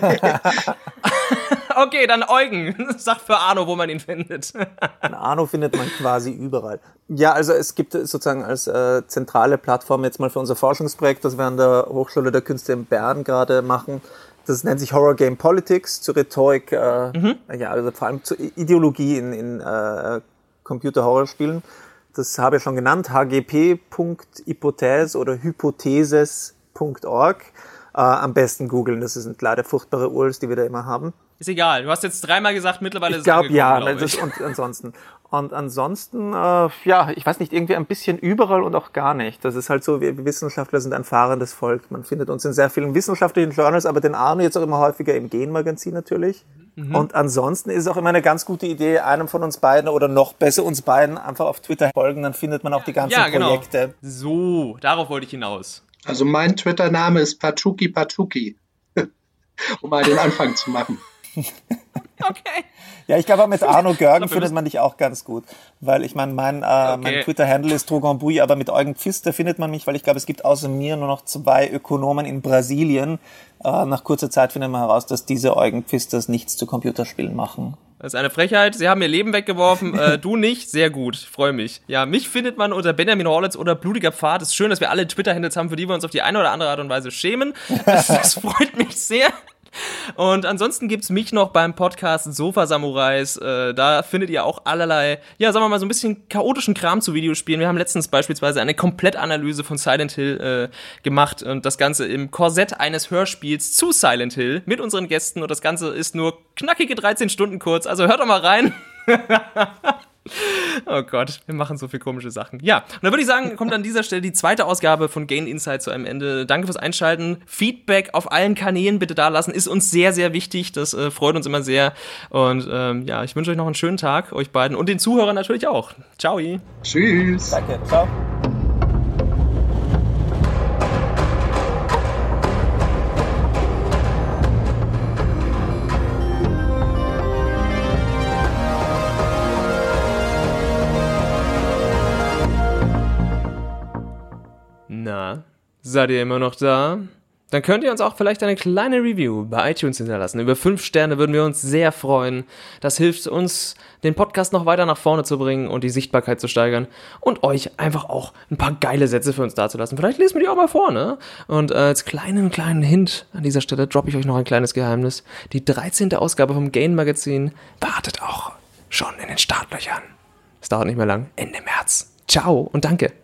Okay, dann Eugen. Sag für Arno, wo man ihn findet. Arno findet man quasi überall. Ja, also es gibt sozusagen als äh, zentrale Plattform jetzt mal für unser Forschungsprojekt, das wir an der Hochschule der Künste in Bern gerade machen. Das nennt sich Horror Game Politics, zur Rhetorik, äh, mhm. ja, also vor allem zur Ideologie in, in äh, Computer-Horrorspielen. Das habe ich schon genannt, h g p punkt hypothese oder hypotheses punkt org. Äh, am besten googeln, das sind leider furchtbare U R Ls, die wir da immer haben. Ist egal, du hast jetzt dreimal gesagt, mittlerweile ich ist glaub, es ja, glaub das und ansonsten. Und ansonsten, äh, ja, ich weiß nicht, irgendwie ein bisschen überall und auch gar nicht. Das ist halt so, wir Wissenschaftler sind ein fahrendes Volk. Man findet uns in sehr vielen wissenschaftlichen Journals, aber den Arno jetzt auch immer häufiger im Gain-Magazin natürlich. Mhm. Und ansonsten ist es auch immer eine ganz gute Idee, einem von uns beiden oder noch besser uns beiden einfach auf Twitter folgen, dann findet man auch die ganzen ja, genau. Projekte. So, darauf wollte ich hinaus. Also mein Twitter-Name ist Pachuki Pachuki, um mal den Anfang zu machen. Okay. Ja, ich glaube, mit Arno Görgen findet man dich auch ganz gut, weil ich meine, mein, äh, okay. mein Twitter-Handle ist Drogonbui, aber mit Eugen Pfister findet man mich, weil ich glaube, es gibt außer mir nur noch zwei Ökonomen in Brasilien. Äh, nach kurzer Zeit findet man heraus, dass diese Eugen Pfisters nichts zu Computerspielen machen. Das ist eine Frechheit. Sie haben ihr Leben weggeworfen. Äh, du nicht. Sehr gut. Ich freue mich. Ja, mich findet man unter Benjamin Horlitz oder Blutiger Pfad. Es ist schön, dass wir alle Twitter-Handles haben, für die wir uns auf die eine oder andere Art und Weise schämen. Das, das freut mich sehr. Und ansonsten gibt's mich noch beim Podcast Sofa Samurais. Äh, da findet ihr auch allerlei, ja, sagen wir mal, so ein bisschen chaotischen Kram zu Videospielen. Wir haben letztens beispielsweise eine Komplettanalyse von Silent Hill äh, gemacht und das Ganze im Korsett eines Hörspiels zu Silent Hill mit unseren Gästen. Und das Ganze ist nur knackige dreizehn Stunden kurz. Also hört doch mal rein. Oh Gott, wir machen so viel komische Sachen. Ja, und dann würde ich sagen, kommt an dieser Stelle die zweite Ausgabe von Gain Insight zu einem Ende. Danke fürs Einschalten. Feedback auf allen Kanälen bitte da lassen. Ist uns sehr, sehr wichtig. Das äh, freut uns immer sehr. Und ähm, ja, ich wünsche euch noch einen schönen Tag, euch beiden und den Zuhörern natürlich auch. Ciao. Tschüss. Danke. Ciao. Na, seid ihr immer noch da? Dann könnt ihr uns auch vielleicht eine kleine Review bei iTunes hinterlassen. Über fünf Sterne würden wir uns sehr freuen. Das hilft uns, den Podcast noch weiter nach vorne zu bringen und die Sichtbarkeit zu steigern und euch einfach auch ein paar geile Sätze für uns dazulassen. Vielleicht lesen wir die auch mal vor, ne? Und äh, als kleinen, kleinen Hint an dieser Stelle droppe ich euch noch ein kleines Geheimnis. Die dreizehnte Ausgabe vom Gain-Magazin wartet auch schon in den Startlöchern. Es dauert nicht mehr lang. Ende März. Ciao und danke.